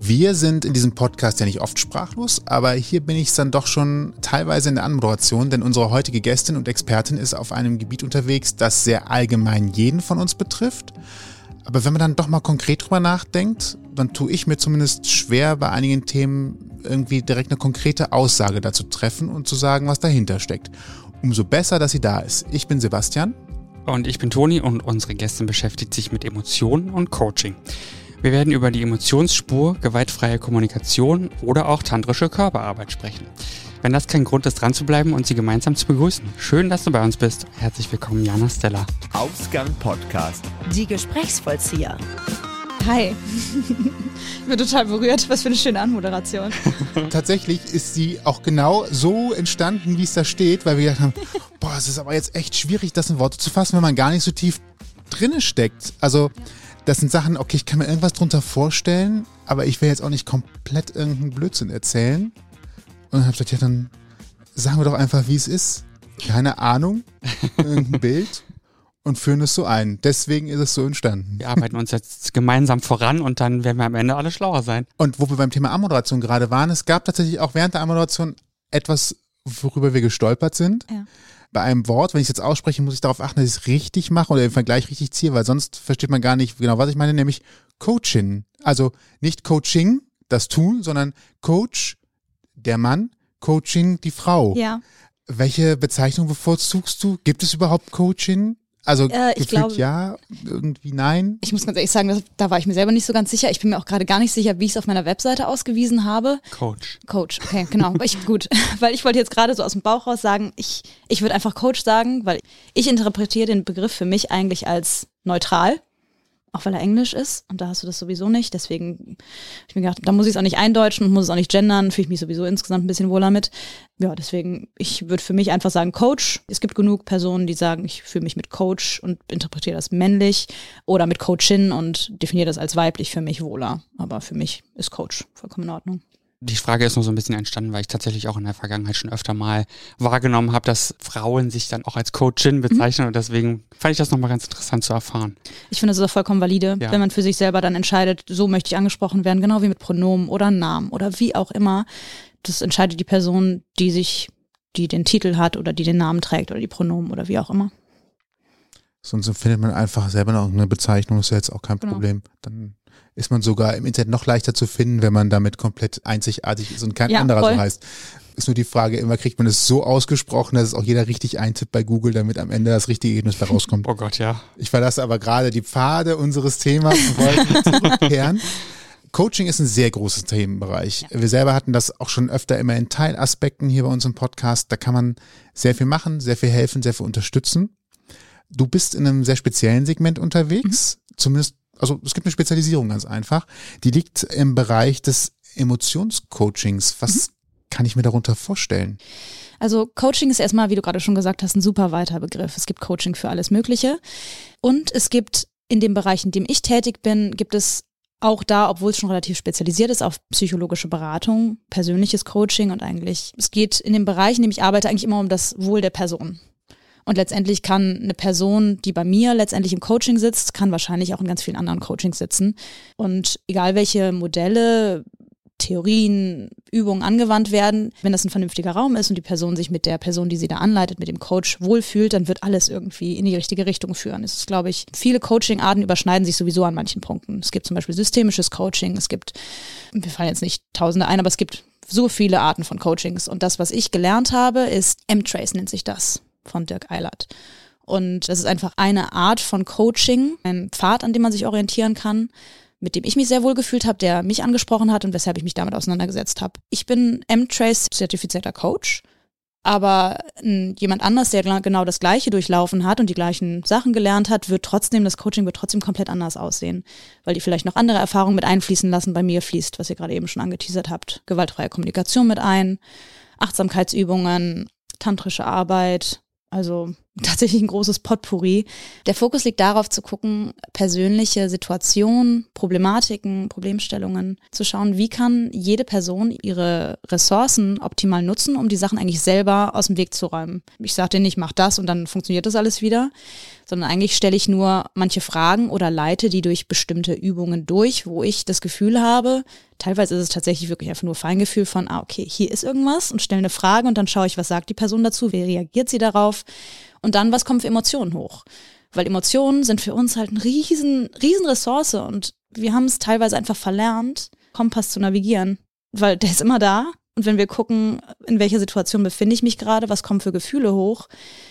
Wir sind in diesem Podcast ja nicht oft sprachlos, aber hier bin ich dann doch schon teilweise in der Anmoderation, denn unsere heutige Gästin und Expertin ist auf einem Gebiet unterwegs, das sehr allgemein jeden von uns betrifft. Aber wenn man dann doch mal konkret drüber nachdenkt, dann tue ich mir zumindest schwer, bei einigen Themen irgendwie direkt eine konkrete Aussage dazu treffen und zu sagen, was dahinter steckt. Umso besser, dass sie da ist. Ich bin Sebastian. Und ich bin Toni und unsere Gästin beschäftigt sich mit Emotionen und Coaching. Wir werden über die Emotionsspur, gewaltfreie Kommunikation oder auch tantrische Körperarbeit sprechen. Wenn das kein Grund ist, dran zu bleiben und Sie gemeinsam zu begrüßen. Schön, dass du bei uns bist. Herzlich willkommen, Jana Stella. Ausgang Podcast. Die Gesprächsvollzieher. Hi. Ich bin total berührt. Was für eine schöne Anmoderation. Tatsächlich ist sie auch genau so entstanden, wie es da steht, weil wir gedacht haben, boah, es ist aber jetzt echt schwierig, das in Worte zu fassen, wenn man gar nicht so tief drinne steckt. Also das sind Sachen, okay, ich kann mir irgendwas drunter vorstellen, aber ich will jetzt auch nicht komplett irgendeinen Blödsinn erzählen. Und dann habe ich gesagt, ja, dann sagen wir doch einfach, wie es ist. Keine Ahnung, irgendein Bild und führen es so ein. Deswegen ist es so entstanden. Wir arbeiten uns jetzt gemeinsam voran und dann werden wir am Ende alle schlauer sein. Und wo wir beim Thema Anmoderation gerade waren, es gab tatsächlich auch während der Anmoderation etwas, worüber wir gestolpert sind. Ja. Bei einem Wort, wenn ich es jetzt ausspreche, muss ich darauf achten, dass ich es richtig mache oder den Vergleich richtig ziehe, weil sonst versteht man gar nicht genau, was ich meine, nämlich Coaching. Also nicht Coaching, das Tun, sondern Coach, der Mann, Coaching, die Frau. Ja. Welche Bezeichnung bevorzugst du? Gibt es überhaupt Coaching? Also ich glaube, ja, irgendwie nein. Ich muss ganz ehrlich sagen, da war ich mir selber nicht so ganz sicher. Ich bin mir auch gerade gar nicht sicher, wie ich es auf meiner Webseite ausgewiesen habe. Coach, okay, genau. Gut, weil ich wollte jetzt gerade so aus dem Bauch raus sagen, ich würde einfach Coach sagen, weil ich interpretiere den Begriff für mich eigentlich als neutral. Auch weil er Englisch ist und da hast du das sowieso nicht. Deswegen habe ich mir gedacht, da muss ich es auch nicht eindeutschen und muss es auch nicht gendern, fühle ich mich sowieso insgesamt ein bisschen wohler mit. Ja, deswegen, ich würde für mich einfach sagen Coach. Es gibt genug Personen, die sagen, ich fühle mich mit Coach und interpretiere das männlich oder mit Coachin und definiere das als weiblich für mich wohler. Aber für mich ist Coach vollkommen in Ordnung. Die Frage ist nur so ein bisschen entstanden, weil ich tatsächlich auch in der Vergangenheit schon öfter mal wahrgenommen habe, dass Frauen sich dann auch als Coachin bezeichnen und deswegen fand ich das nochmal ganz interessant zu erfahren. Ich finde, das ist auch vollkommen valide, wenn man für sich selber dann entscheidet, so möchte ich angesprochen werden, genau wie mit Pronomen oder Namen oder wie auch immer. Das entscheidet die Person, die den Titel hat oder die den Namen trägt oder die Pronomen oder wie auch immer. Sonst findet man einfach selber noch eine Bezeichnung, ist ja jetzt auch kein Problem. Dann ist man sogar im Internet noch leichter zu finden, wenn man damit komplett einzigartig ist und kein anderer so heißt. Ist nur die Frage, immer kriegt man es so ausgesprochen, dass es auch jeder richtig eintippt bei Google, damit am Ende das richtige Ergebnis bei rauskommt. Oh Gott, ja. Ich verlasse aber gerade die Pfade unseres Themas und wollte zurückkehren. Coaching ist ein sehr großes Themenbereich. Ja. Wir selber hatten das auch schon öfter immer in Teilaspekten hier bei uns im Podcast. Da kann man sehr viel machen, sehr viel helfen, sehr viel unterstützen. Du bist in einem sehr speziellen Segment unterwegs, zumindest. Also es gibt eine Spezialisierung ganz einfach, die liegt im Bereich des Emotionscoachings. Was kann ich mir darunter vorstellen? Also Coaching ist erstmal, wie du gerade schon gesagt hast, ein super weiter Begriff. Es gibt Coaching für alles Mögliche und es gibt in dem Bereich, in dem ich tätig bin, gibt es auch da, obwohl es schon relativ spezialisiert ist, auf psychologische Beratung, persönliches Coaching und eigentlich, es geht in dem Bereich, in dem ich arbeite, eigentlich immer um das Wohl der Person. Und letztendlich kann eine Person, die bei mir letztendlich im Coaching sitzt, kann wahrscheinlich auch in ganz vielen anderen Coachings sitzen. Und egal welche Modelle, Theorien, Übungen angewandt werden, wenn das ein vernünftiger Raum ist und die Person sich mit der Person, die sie da anleitet, mit dem Coach wohlfühlt, dann wird alles irgendwie in die richtige Richtung führen. Es ist, glaube ich, viele Coaching-Arten überschneiden sich sowieso an manchen Punkten. Es gibt zum Beispiel systemisches Coaching, mir fallen jetzt nicht Tausende ein, aber es gibt so viele Arten von Coachings. Und das, was ich gelernt habe, ist M-Trace nennt sich das. Von Dirk Eilert. Und das ist einfach eine Art von Coaching, ein Pfad, an dem man sich orientieren kann, mit dem ich mich sehr wohl gefühlt habe, der mich angesprochen hat und weshalb ich mich damit auseinandergesetzt habe. Ich bin M-Trace-zertifizierter Coach, aber jemand anders, der genau das Gleiche durchlaufen hat und die gleichen Sachen gelernt hat, das Coaching wird trotzdem komplett anders aussehen, weil die vielleicht noch andere Erfahrungen mit einfließen lassen. Bei mir fließt, was ihr gerade eben schon angeteasert habt, gewaltfreie Kommunikation mit ein, Achtsamkeitsübungen, tantrische Arbeit. Also tatsächlich ein großes Potpourri. Der Fokus liegt darauf zu gucken, persönliche Situationen, Problematiken, Problemstellungen, zu schauen, wie kann jede Person ihre Ressourcen optimal nutzen, um die Sachen eigentlich selber aus dem Weg zu räumen. Ich sage dir nicht, mach das und dann funktioniert das alles wieder, sondern eigentlich stelle ich nur manche Fragen oder leite die durch bestimmte Übungen durch, wo ich das Gefühl habe, teilweise ist es tatsächlich wirklich einfach nur Feingefühl von, okay, hier ist irgendwas und stelle eine Frage und dann schaue ich, was sagt die Person dazu, wie reagiert sie darauf und dann, was kommt für Emotionen hoch. Weil Emotionen sind für uns halt eine riesen Ressource und wir haben es teilweise einfach verlernt, Kompass zu navigieren, weil der ist immer da und wenn wir gucken, in welcher Situation befinde ich mich gerade, was kommen für Gefühle hoch,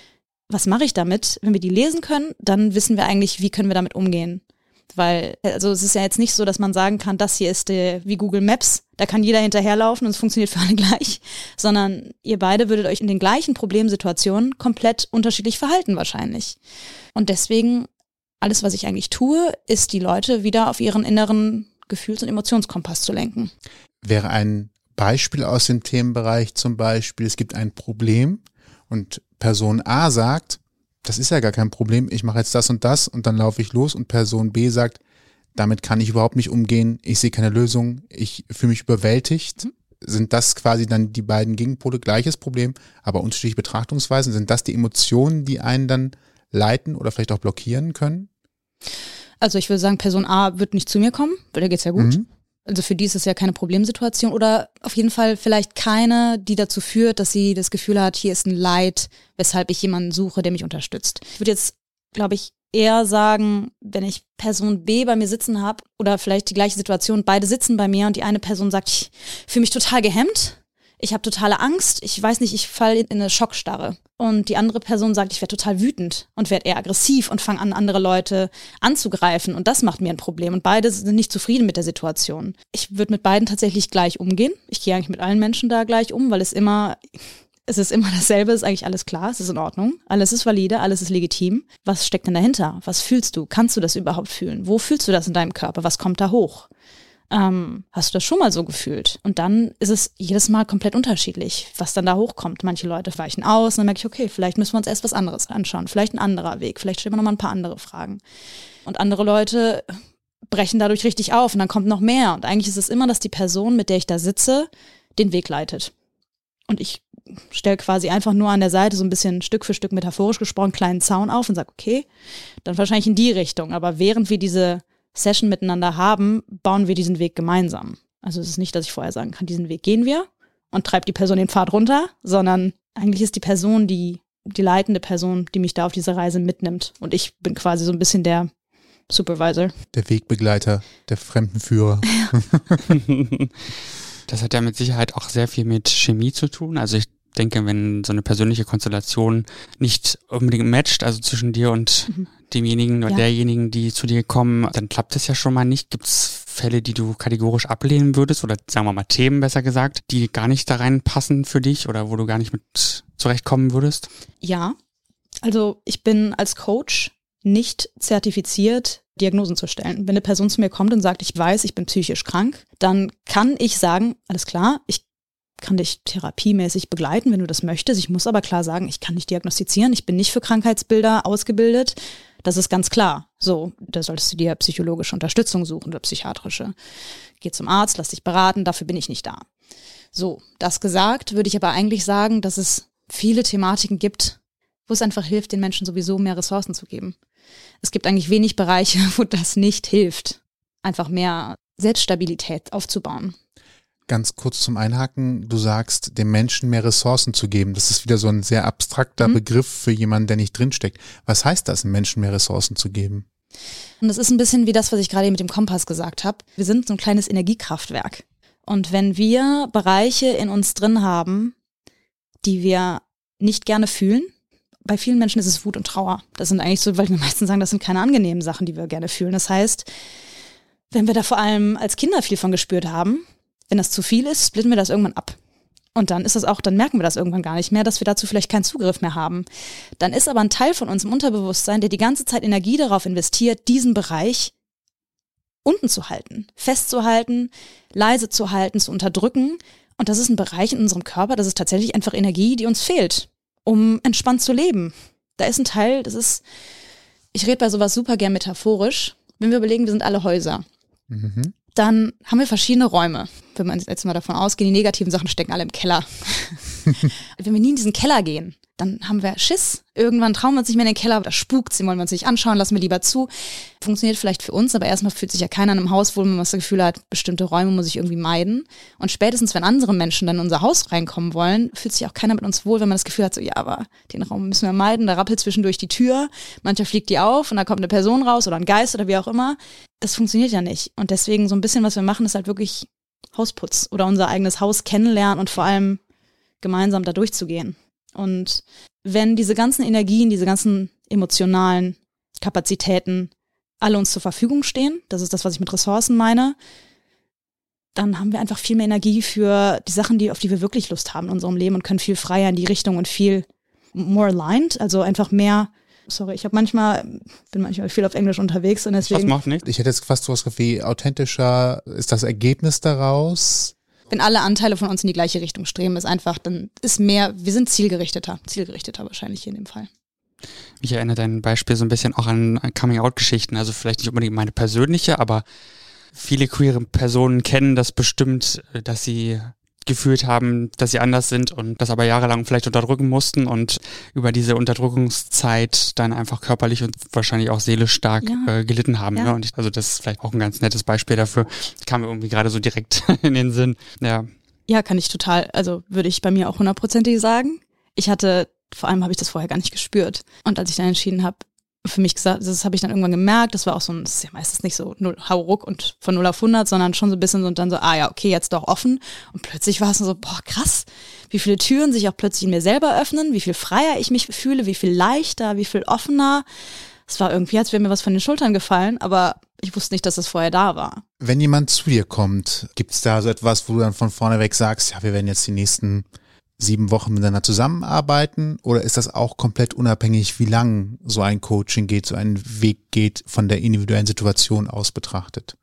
was mache ich damit? Wenn wir die lesen können, dann wissen wir eigentlich, wie können wir damit umgehen. Weil, also es ist ja jetzt nicht so, dass man sagen kann, das hier ist wie Google Maps, da kann jeder hinterherlaufen und es funktioniert für alle gleich, sondern ihr beide würdet euch in den gleichen Problemsituationen komplett unterschiedlich verhalten wahrscheinlich. Und deswegen, alles, was ich eigentlich tue, ist die Leute wieder auf ihren inneren Gefühls- und Emotionskompass zu lenken. Wäre ein Beispiel aus dem Themenbereich zum Beispiel, es gibt ein Problem und Person A sagt, das ist ja gar kein Problem, ich mache jetzt das und dann laufe ich los und Person B sagt, damit kann ich überhaupt nicht umgehen, ich sehe keine Lösung, ich fühle mich überwältigt. Sind das quasi dann die beiden Gegenpole, gleiches Problem, aber unterschiedliche Betrachtungsweisen? Sind das die Emotionen, die einen dann leiten oder vielleicht auch blockieren können? Also ich würde sagen, Person A wird nicht zu mir kommen, weil der geht's ja gut. Also für die ist es ja keine Problemsituation oder auf jeden Fall vielleicht keine, die dazu führt, dass sie das Gefühl hat, hier ist ein Leid, weshalb ich jemanden suche, der mich unterstützt. Ich würde jetzt, glaube ich, eher sagen, wenn ich Person B bei mir sitzen habe oder vielleicht die gleiche Situation, beide sitzen bei mir und die eine Person sagt, ich fühle mich total gehemmt, ich habe totale Angst, ich weiß nicht, ich falle in eine Schockstarre. Und die andere Person sagt, ich werde total wütend und werde eher aggressiv und fange an, andere Leute anzugreifen. Und das macht mir ein Problem. Und beide sind nicht zufrieden mit der Situation. Ich würde mit beiden tatsächlich gleich umgehen. Ich gehe eigentlich mit allen Menschen da gleich um, weil es ist immer dasselbe, ist eigentlich alles klar, es ist in Ordnung. Alles ist valide, alles ist legitim. Was steckt denn dahinter? Was fühlst du? Kannst du das überhaupt fühlen? Wo fühlst du das in deinem Körper? Was kommt da hoch? Hast du das schon mal so gefühlt? Und dann ist es jedes Mal komplett unterschiedlich, was dann da hochkommt. Manche Leute weichen aus und dann merke ich, okay, vielleicht müssen wir uns erst was anderes anschauen, vielleicht ein anderer Weg, vielleicht stellen wir nochmal ein paar andere Fragen. Und andere Leute brechen dadurch richtig auf und dann kommt noch mehr. Und eigentlich ist es immer, dass die Person, mit der ich da sitze, den Weg leitet. Und ich stelle quasi einfach nur an der Seite so ein bisschen Stück für Stück metaphorisch gesprochen einen kleinen Zaun auf und sage, okay, dann wahrscheinlich in die Richtung. Aber während wir diese Session miteinander haben, bauen wir diesen Weg gemeinsam. Also es ist nicht, dass ich vorher sagen kann, diesen Weg gehen wir und treibt die Person den Pfad runter, sondern eigentlich ist die Person die leitende Person, die mich da auf diese Reise mitnimmt. Und ich bin quasi so ein bisschen der Supervisor. Der Wegbegleiter, der Fremdenführer. Das hat ja mit Sicherheit auch sehr viel mit Chemie zu tun. Also ich denke, wenn so eine persönliche Konstellation nicht unbedingt matcht, also zwischen dir und demjenigen oder derjenigen, die zu dir kommen, dann klappt es ja schon mal nicht. Gibt es Fälle, die du kategorisch ablehnen würdest oder sagen wir mal Themen besser gesagt, die gar nicht da reinpassen für dich oder wo du gar nicht mit zurechtkommen würdest? Ja, also ich bin als Coach nicht zertifiziert, Diagnosen zu stellen. Wenn eine Person zu mir kommt und sagt, ich weiß, ich bin psychisch krank, dann kann ich sagen, alles klar, ich kann dich therapiemäßig begleiten, wenn du das möchtest. Ich muss aber klar sagen, ich kann nicht diagnostizieren. Ich bin nicht für Krankheitsbilder ausgebildet. Das ist ganz klar. So, da solltest du dir psychologische Unterstützung suchen oder psychiatrische. Geh zum Arzt, lass dich beraten, dafür bin ich nicht da. So, das gesagt, würde ich aber eigentlich sagen, dass es viele Thematiken gibt, wo es einfach hilft, den Menschen sowieso mehr Ressourcen zu geben. Es gibt eigentlich wenig Bereiche, wo das nicht hilft, einfach mehr Selbststabilität aufzubauen. Ganz kurz zum Einhaken, du sagst, dem Menschen mehr Ressourcen zu geben. Das ist wieder so ein sehr abstrakter Begriff für jemanden, der nicht drinsteckt. Was heißt das, Menschen mehr Ressourcen zu geben? Und das ist ein bisschen wie das, was ich gerade mit dem Kompass gesagt habe. Wir sind so ein kleines Energiekraftwerk. Und wenn wir Bereiche in uns drin haben, die wir nicht gerne fühlen, bei vielen Menschen ist es Wut und Trauer. Das sind eigentlich so, weil wir meistens sagen, das sind keine angenehmen Sachen, die wir gerne fühlen. Das heißt, wenn wir da vor allem als Kinder viel von gespürt haben, wenn das zu viel ist, splitten wir das irgendwann ab. Und dann ist das auch, dann merken wir das irgendwann gar nicht mehr, dass wir dazu vielleicht keinen Zugriff mehr haben. Dann ist aber ein Teil von uns im Unterbewusstsein, der die ganze Zeit Energie darauf investiert, diesen Bereich unten zu halten, festzuhalten, leise zu halten, zu unterdrücken. Und das ist ein Bereich in unserem Körper, das ist tatsächlich einfach Energie, die uns fehlt, um entspannt zu leben. Da ist ein Teil, ich rede bei sowas super gern metaphorisch. Wenn wir überlegen, wir sind alle Häuser, dann haben wir verschiedene Räume. Wenn wir jetzt mal davon ausgehen, die negativen Sachen stecken alle im Keller. Wenn wir nie in diesen Keller gehen, dann haben wir Schiss. Irgendwann trauen wir uns nicht mehr in den Keller, da spukt's, den wollen wir uns nicht anschauen, lassen wir lieber zu. Funktioniert vielleicht für uns, aber erstmal fühlt sich ja keiner in einem Haus wohl, wenn man das Gefühl hat, bestimmte Räume muss ich irgendwie meiden. Und spätestens, wenn andere Menschen dann in unser Haus reinkommen wollen, fühlt sich auch keiner mit uns wohl, wenn man das Gefühl hat, so ja, aber den Raum müssen wir meiden, da rappelt zwischendurch die Tür, manchmal fliegt die auf und da kommt eine Person raus oder ein Geist oder wie auch immer. Das funktioniert ja nicht. Und deswegen so ein bisschen, was wir machen, ist halt wirklich Hausputz oder unser eigenes Haus kennenlernen und vor allem gemeinsam da durchzugehen. Und wenn diese ganzen Energien, diese ganzen emotionalen Kapazitäten alle uns zur Verfügung stehen, das ist das, was ich mit Ressourcen meine, dann haben wir einfach viel mehr Energie für die Sachen, auf die wir wirklich Lust haben in unserem Leben und können viel freier in die Richtung und viel more aligned, also einfach mehr. Sorry, ich bin manchmal viel auf Englisch unterwegs und deswegen. Das macht nichts. Ich hätte jetzt fast sowas wie authentischer, ist das Ergebnis daraus? Wenn alle Anteile von uns in die gleiche Richtung streben, ist einfach, dann ist mehr, wir sind zielgerichteter wahrscheinlich hier in dem Fall. Mich erinnert dein Beispiel so ein bisschen auch an Coming-out-Geschichten, also vielleicht nicht unbedingt meine persönliche, aber viele queere Personen kennen das bestimmt, dass sie gefühlt haben, dass sie anders sind und das aber jahrelang vielleicht unterdrücken mussten und über diese Unterdrückungszeit dann einfach körperlich und wahrscheinlich auch seelisch stark gelitten haben. Ja. Ne? Und also das ist vielleicht auch ein ganz nettes Beispiel dafür. Kam mir irgendwie gerade so direkt in den Sinn. Ja, kann ich total, also würde ich bei mir auch 100%ig sagen. Vor allem habe ich das vorher gar nicht gespürt. Und als ich dann entschieden habe, für mich gesagt, das habe ich dann irgendwann gemerkt, das war auch so das ist ja meistens nicht so hauruck und von 0 auf 100, sondern schon so ein bisschen so und dann so, ja, okay, jetzt doch offen. Und plötzlich war es so, boah, krass, wie viele Türen sich auch plötzlich in mir selber öffnen, wie viel freier ich mich fühle, wie viel leichter, wie viel offener. Es war irgendwie, als wäre mir was von den Schultern gefallen, aber ich wusste nicht, dass das vorher da war. Wenn jemand zu dir kommt, gibt es da so etwas, wo du dann von vorne weg sagst, ja, wir werden jetzt die nächsten 7 Wochen miteinander zusammenarbeiten, oder ist das auch komplett unabhängig, wie lang so ein Coaching geht, so ein Weg geht, von der individuellen Situation aus betrachtet?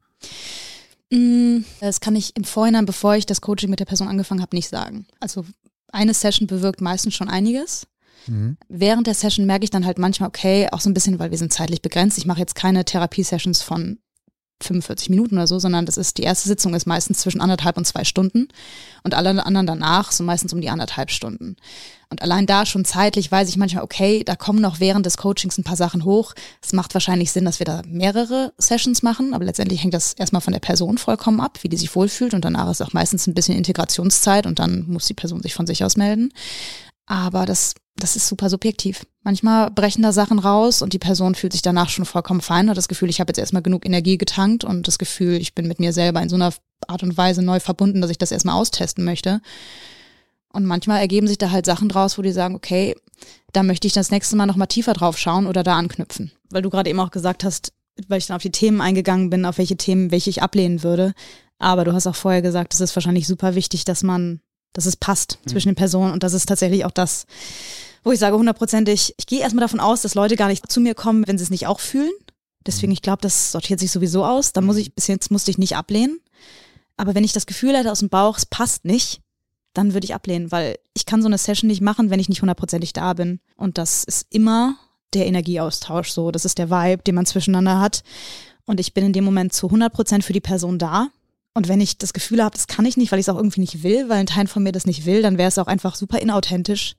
Das kann ich im Vorhinein, bevor ich das Coaching mit der Person angefangen habe, nicht sagen. Also eine Session bewirkt meistens schon einiges. Während der Session merke ich dann halt manchmal, okay, auch so ein bisschen, weil wir sind zeitlich begrenzt. Ich mache jetzt keine Therapiesessions von 45 Minuten oder so, sondern die erste Sitzung ist meistens zwischen 1,5 und 2 Stunden und alle anderen danach so meistens um die 1,5 Stunden. Und allein da schon zeitlich weiß ich manchmal, okay, da kommen noch während des Coachings ein paar Sachen hoch. Es macht wahrscheinlich Sinn, dass wir da mehrere Sessions machen, aber letztendlich hängt das erstmal von der Person vollkommen ab, wie die sich wohlfühlt, und danach ist auch meistens ein bisschen Integrationszeit und dann muss die Person sich von sich aus melden. Aber das ist super subjektiv. Manchmal brechen da Sachen raus und die Person fühlt sich danach schon vollkommen fein, hat das Gefühl, ich habe jetzt erstmal genug Energie getankt und das Gefühl, ich bin mit mir selber in so einer Art und Weise neu verbunden, dass ich das erstmal austesten möchte. Und manchmal ergeben sich da halt Sachen draus, wo die sagen, okay, da möchte ich das nächste Mal nochmal tiefer drauf schauen oder da anknüpfen. Weil du gerade eben auch gesagt hast, weil ich dann auf die Themen eingegangen bin, auf welche Themen, welche ich ablehnen würde. Aber du hast auch vorher gesagt, es ist wahrscheinlich super wichtig, dass es passt zwischen den Personen, und das ist tatsächlich auch das, wo ich sage 100%ig, ich gehe erstmal davon aus, dass Leute gar nicht zu mir kommen, wenn sie es nicht auch fühlen. Deswegen, ich glaube, das sortiert sich sowieso aus. Bis jetzt musste ich nicht ablehnen. Aber wenn ich das Gefühl hätte aus dem Bauch, es passt nicht, dann würde ich ablehnen, weil ich kann so eine Session nicht machen, wenn ich nicht 100%ig da bin. Und das ist immer der Energieaustausch so. Das ist der Vibe, den man zwischeneinander hat. Und ich bin in dem Moment zu 100% für die Person da. Und wenn ich das Gefühl habe, das kann ich nicht, weil ich es auch irgendwie nicht will, weil ein Teil von mir das nicht will, dann wäre es auch einfach super unauthentisch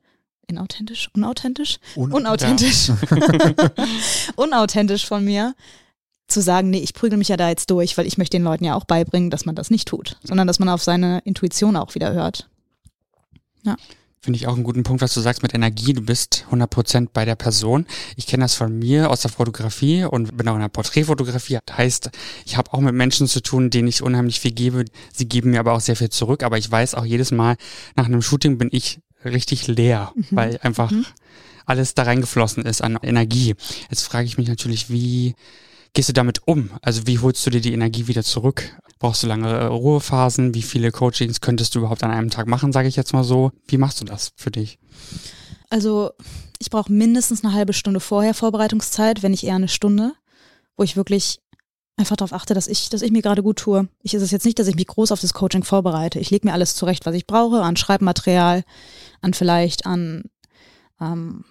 von mir, zu sagen, nee, ich prügel mich ja da jetzt durch, weil ich möchte den Leuten ja auch beibringen, dass man das nicht tut, sondern dass man auf seine Intuition auch wieder hört. Ja. Finde ich auch einen guten Punkt, was du sagst mit Energie. Du bist 100% bei der Person. Ich kenne das von mir aus der Fotografie und bin auch in der Porträtfotografie. Das heißt, ich habe auch mit Menschen zu tun, denen ich unheimlich viel gebe. Sie geben mir aber auch sehr viel zurück. Aber ich weiß auch jedes Mal, nach einem Shooting bin ich richtig leer, weil einfach alles da reingeflossen ist an Energie. Jetzt frage ich mich natürlich, wie gehst du damit um? Also wie holst du dir die Energie wieder zurück? Brauchst du lange Ruhephasen? Wie viele Coachings könntest du überhaupt an einem Tag machen, sage ich jetzt mal so? Wie machst du das für dich? Also ich brauche mindestens eine halbe Stunde vorher Vorbereitungszeit, wenn nicht eher eine Stunde, wo ich wirklich einfach darauf achte, dass ich mir gerade gut tue. Es ist jetzt nicht, dass ich mich groß auf das Coaching vorbereite. Ich lege mir alles zurecht, was ich brauche, an Schreibmaterial, an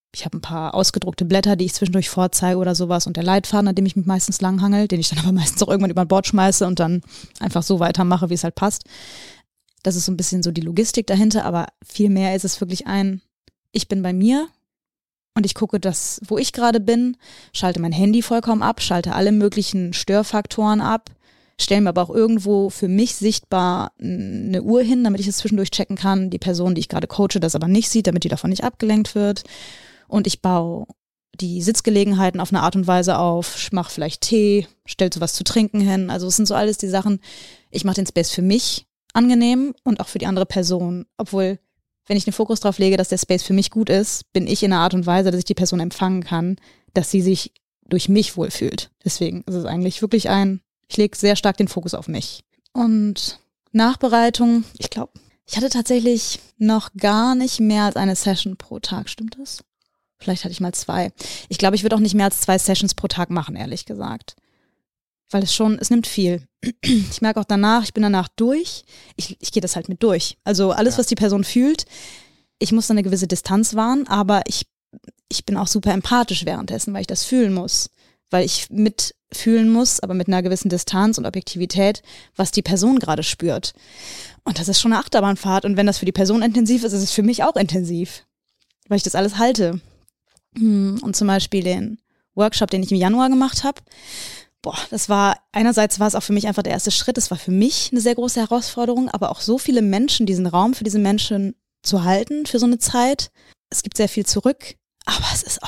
Ich habe ein paar ausgedruckte Blätter, die ich zwischendurch vorzeige oder sowas und der Leitfaden, an dem ich mich meistens langhangel, den ich dann aber meistens auch irgendwann über Bord schmeiße und dann einfach so weitermache, wie es halt passt. Das ist so ein bisschen so die Logistik dahinter, aber viel mehr ist es wirklich ich bin bei mir und ich gucke das, wo ich gerade bin, schalte mein Handy vollkommen ab, schalte alle möglichen Störfaktoren ab, stelle mir aber auch irgendwo für mich sichtbar eine Uhr hin, damit ich es zwischendurch checken kann, die Person, die ich gerade coache, das aber nicht sieht, damit die davon nicht abgelenkt wird. Und ich baue die Sitzgelegenheiten auf eine Art und Weise auf, ich mache vielleicht Tee, stelle sowas zu trinken hin. Also es sind so alles die Sachen, ich mache den Space für mich angenehm und auch für die andere Person. Obwohl, wenn ich den Fokus drauf lege, dass der Space für mich gut ist, bin ich in einer Art und Weise, dass ich die Person empfangen kann, dass sie sich durch mich wohlfühlt. Deswegen ist es eigentlich wirklich ich lege sehr stark den Fokus auf mich. Und Nachbereitung, ich glaube, ich hatte tatsächlich noch gar nicht mehr als eine Session pro Tag, stimmt das? Vielleicht hatte ich mal 2. Ich glaube, ich würde auch nicht mehr als 2 Sessions pro Tag machen, ehrlich gesagt. Weil es nimmt viel. Ich merke auch danach, ich bin danach durch. Ich gehe das halt mit durch. Also alles, was die Person fühlt, ich muss dann eine gewisse Distanz wahren, aber ich bin auch super empathisch währenddessen, weil ich das fühlen muss. Weil ich mitfühlen muss, aber mit einer gewissen Distanz und Objektivität, was die Person gerade spürt. Und das ist schon eine Achterbahnfahrt. Und wenn das für die Person intensiv ist, ist es für mich auch intensiv. Weil ich das alles halte. Und zum Beispiel den Workshop, den ich im Januar gemacht habe, einerseits war es auch für mich einfach der erste Schritt, es war für mich eine sehr große Herausforderung, aber auch so viele Menschen, diesen Raum für diese Menschen zu halten für so eine Zeit. Es gibt sehr viel zurück, aber es ist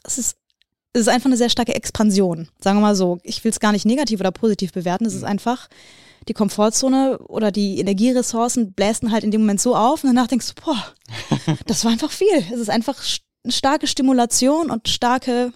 einfach eine sehr starke Expansion, sagen wir mal so. Ich will es gar nicht negativ oder positiv bewerten, es ist einfach die Komfortzone oder die Energieressourcen blästen halt in dem Moment so auf und danach denkst du, das war einfach viel. Es ist einfach eine starke Stimulation und starke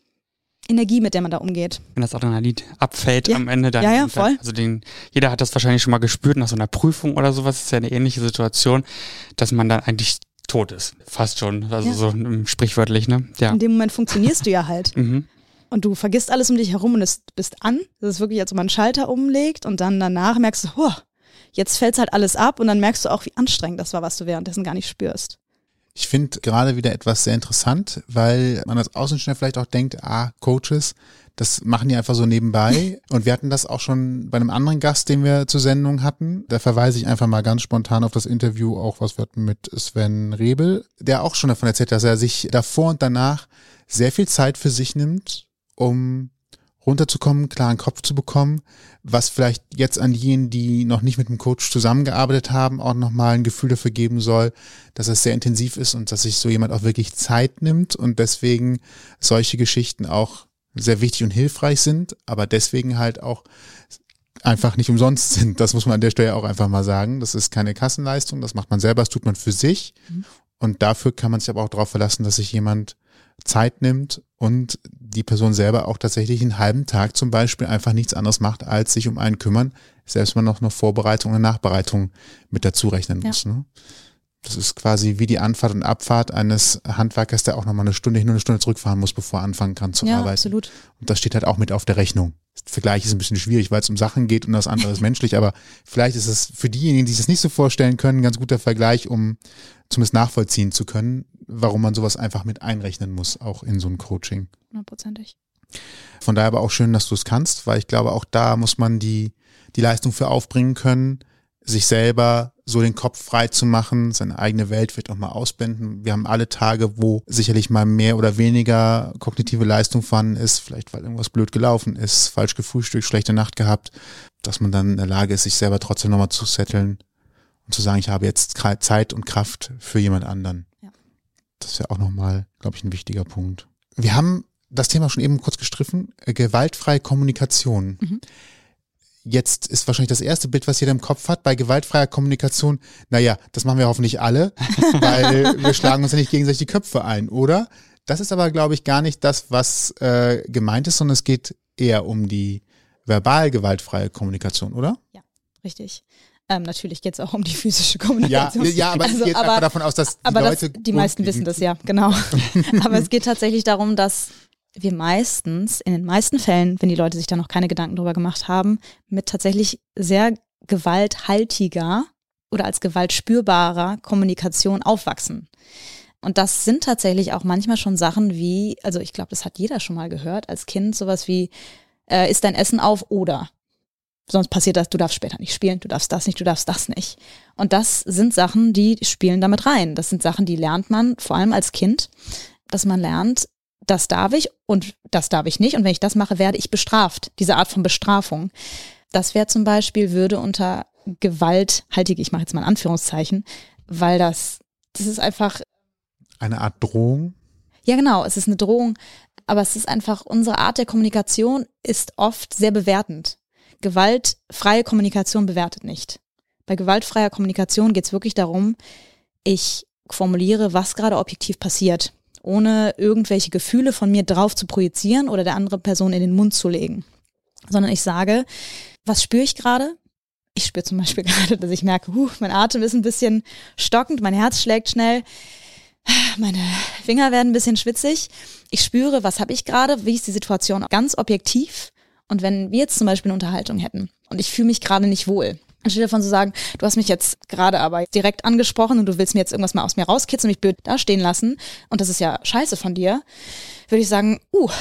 Energie, mit der man da umgeht. Wenn das Adrenalin abfällt am Ende, dann, ja, voll. Jeder hat das wahrscheinlich schon mal gespürt nach so einer Prüfung oder sowas, das ist ja eine ähnliche Situation, dass man dann eigentlich tot ist, fast schon, also so sprichwörtlich, ne? Ja. In dem Moment funktionierst du ja halt. Mhm. Und du vergisst alles um dich herum und bist an. Das ist wirklich, als ob man einen Schalter umlegt und dann danach merkst du, jetzt fällt's halt alles ab und dann merkst du auch, wie anstrengend das war, was du währenddessen gar nicht spürst. Ich finde gerade wieder etwas sehr interessant, weil man als Außenstehender vielleicht auch denkt, Coaches, das machen die einfach so nebenbei. Und wir hatten das auch schon bei einem anderen Gast, den wir zur Sendung hatten. Da verweise ich einfach mal ganz spontan auf das Interview, auch was wir hatten mit Sven Rebel, der auch schon davon erzählt hat, dass er sich davor und danach sehr viel Zeit für sich nimmt, um runterzukommen, klaren Kopf zu bekommen, was vielleicht jetzt an diejenigen, die noch nicht mit dem Coach zusammengearbeitet haben, auch nochmal ein Gefühl dafür geben soll, dass es sehr intensiv ist und dass sich so jemand auch wirklich Zeit nimmt und deswegen solche Geschichten auch sehr wichtig und hilfreich sind, aber deswegen halt auch einfach nicht umsonst sind. Das muss man an der Stelle auch einfach mal sagen. Das ist keine Kassenleistung, das macht man selber, das tut man für sich und dafür kann man sich aber auch darauf verlassen, dass sich jemand Zeit nimmt und die Person selber auch tatsächlich einen halben Tag zum Beispiel einfach nichts anderes macht, als sich um einen kümmern, selbst wenn man noch eine Vorbereitung und Nachbereitung mit dazu rechnen muss. Ne? Das ist quasi wie die Anfahrt und Abfahrt eines Handwerkers, der auch nochmal eine Stunde zurückfahren muss, bevor er anfangen kann zu arbeiten. Ja, absolut. Und das steht halt auch mit auf der Rechnung. Der Vergleich ist ein bisschen schwierig, weil es um Sachen geht und das andere ist menschlich, aber vielleicht ist es für diejenigen, die sich das nicht so vorstellen können, ein ganz guter Vergleich, um zumindest nachvollziehen zu können, warum man sowas einfach mit einrechnen muss, auch in so ein Coaching. 100%. Von daher aber auch schön, dass du es kannst, weil ich glaube, auch da muss man die Leistung für aufbringen können, sich selber so den Kopf frei zu machen, seine eigene Welt wird auch mal ausblenden. Wir haben alle Tage, wo sicherlich mal mehr oder weniger kognitive Leistung vorhanden ist, vielleicht weil irgendwas blöd gelaufen ist, falsch gefrühstückt, schlechte Nacht gehabt, dass man dann in der Lage ist, sich selber trotzdem nochmal zu setteln und zu sagen, ich habe jetzt Zeit und Kraft für jemand anderen. Ja. Das ist ja auch nochmal, glaube ich, ein wichtiger Punkt. Wir haben das Thema schon eben kurz gestriffen, gewaltfreie Kommunikation. Jetzt ist wahrscheinlich das erste Bild, was jeder im Kopf hat, bei gewaltfreier Kommunikation, naja, das machen wir hoffentlich alle, weil wir schlagen uns ja nicht gegenseitig die Köpfe ein, oder? Das ist aber, glaube ich, gar nicht das, was gemeint ist, sondern es geht eher um die verbal gewaltfreie Kommunikation, oder? Ja, richtig. Natürlich geht es auch um die physische Kommunikation. Ja, aber ich gehe einfach davon aus, dass die meisten wissen das, ja, genau. Aber es geht tatsächlich darum, dass wir meistens, in den meisten Fällen, wenn die Leute sich da noch keine Gedanken drüber gemacht haben, mit tatsächlich sehr gewalthaltiger oder als gewaltspürbarer Kommunikation aufwachsen. Und das sind tatsächlich auch manchmal schon Sachen wie, also ich glaube, das hat jeder schon mal gehört als Kind, sowas wie, isst dein Essen auf oder sonst passiert das, du darfst später nicht spielen, du darfst das nicht, du darfst das nicht. Und das sind Sachen, die spielen damit rein. Das sind Sachen, die lernt man vor allem als Kind, dass man lernt, das darf ich und das darf ich nicht. Und wenn ich das mache, werde ich bestraft. Diese Art von Bestrafung. Das wäre zum Beispiel, würde unter gewalthaltige, ich mache jetzt mal Anführungszeichen, weil das ist einfach eine Art Drohung? Ja, genau, es ist eine Drohung, aber es ist einfach, unsere Art der Kommunikation ist oft sehr bewertend. Gewaltfreie Kommunikation bewertet nicht. Bei gewaltfreier Kommunikation geht es wirklich darum, ich formuliere, was gerade objektiv passiert, ohne irgendwelche Gefühle von mir drauf zu projizieren oder der andere Person in den Mund zu legen. Sondern ich sage, was spüre ich gerade? Ich spüre zum Beispiel gerade, dass ich merke, mein Atem ist ein bisschen stockend, mein Herz schlägt schnell. Meine Finger werden ein bisschen schwitzig. Ich spüre, was habe ich gerade, wie ist die Situation ganz objektiv. Und wenn wir jetzt zum Beispiel eine Unterhaltung hätten und ich fühle mich gerade nicht wohl, anstelle davon zu sagen, du hast mich jetzt gerade aber direkt angesprochen und du willst mir jetzt irgendwas mal aus mir rauskitzeln und mich blöd dastehen lassen und das ist ja scheiße von dir, würde ich sagen,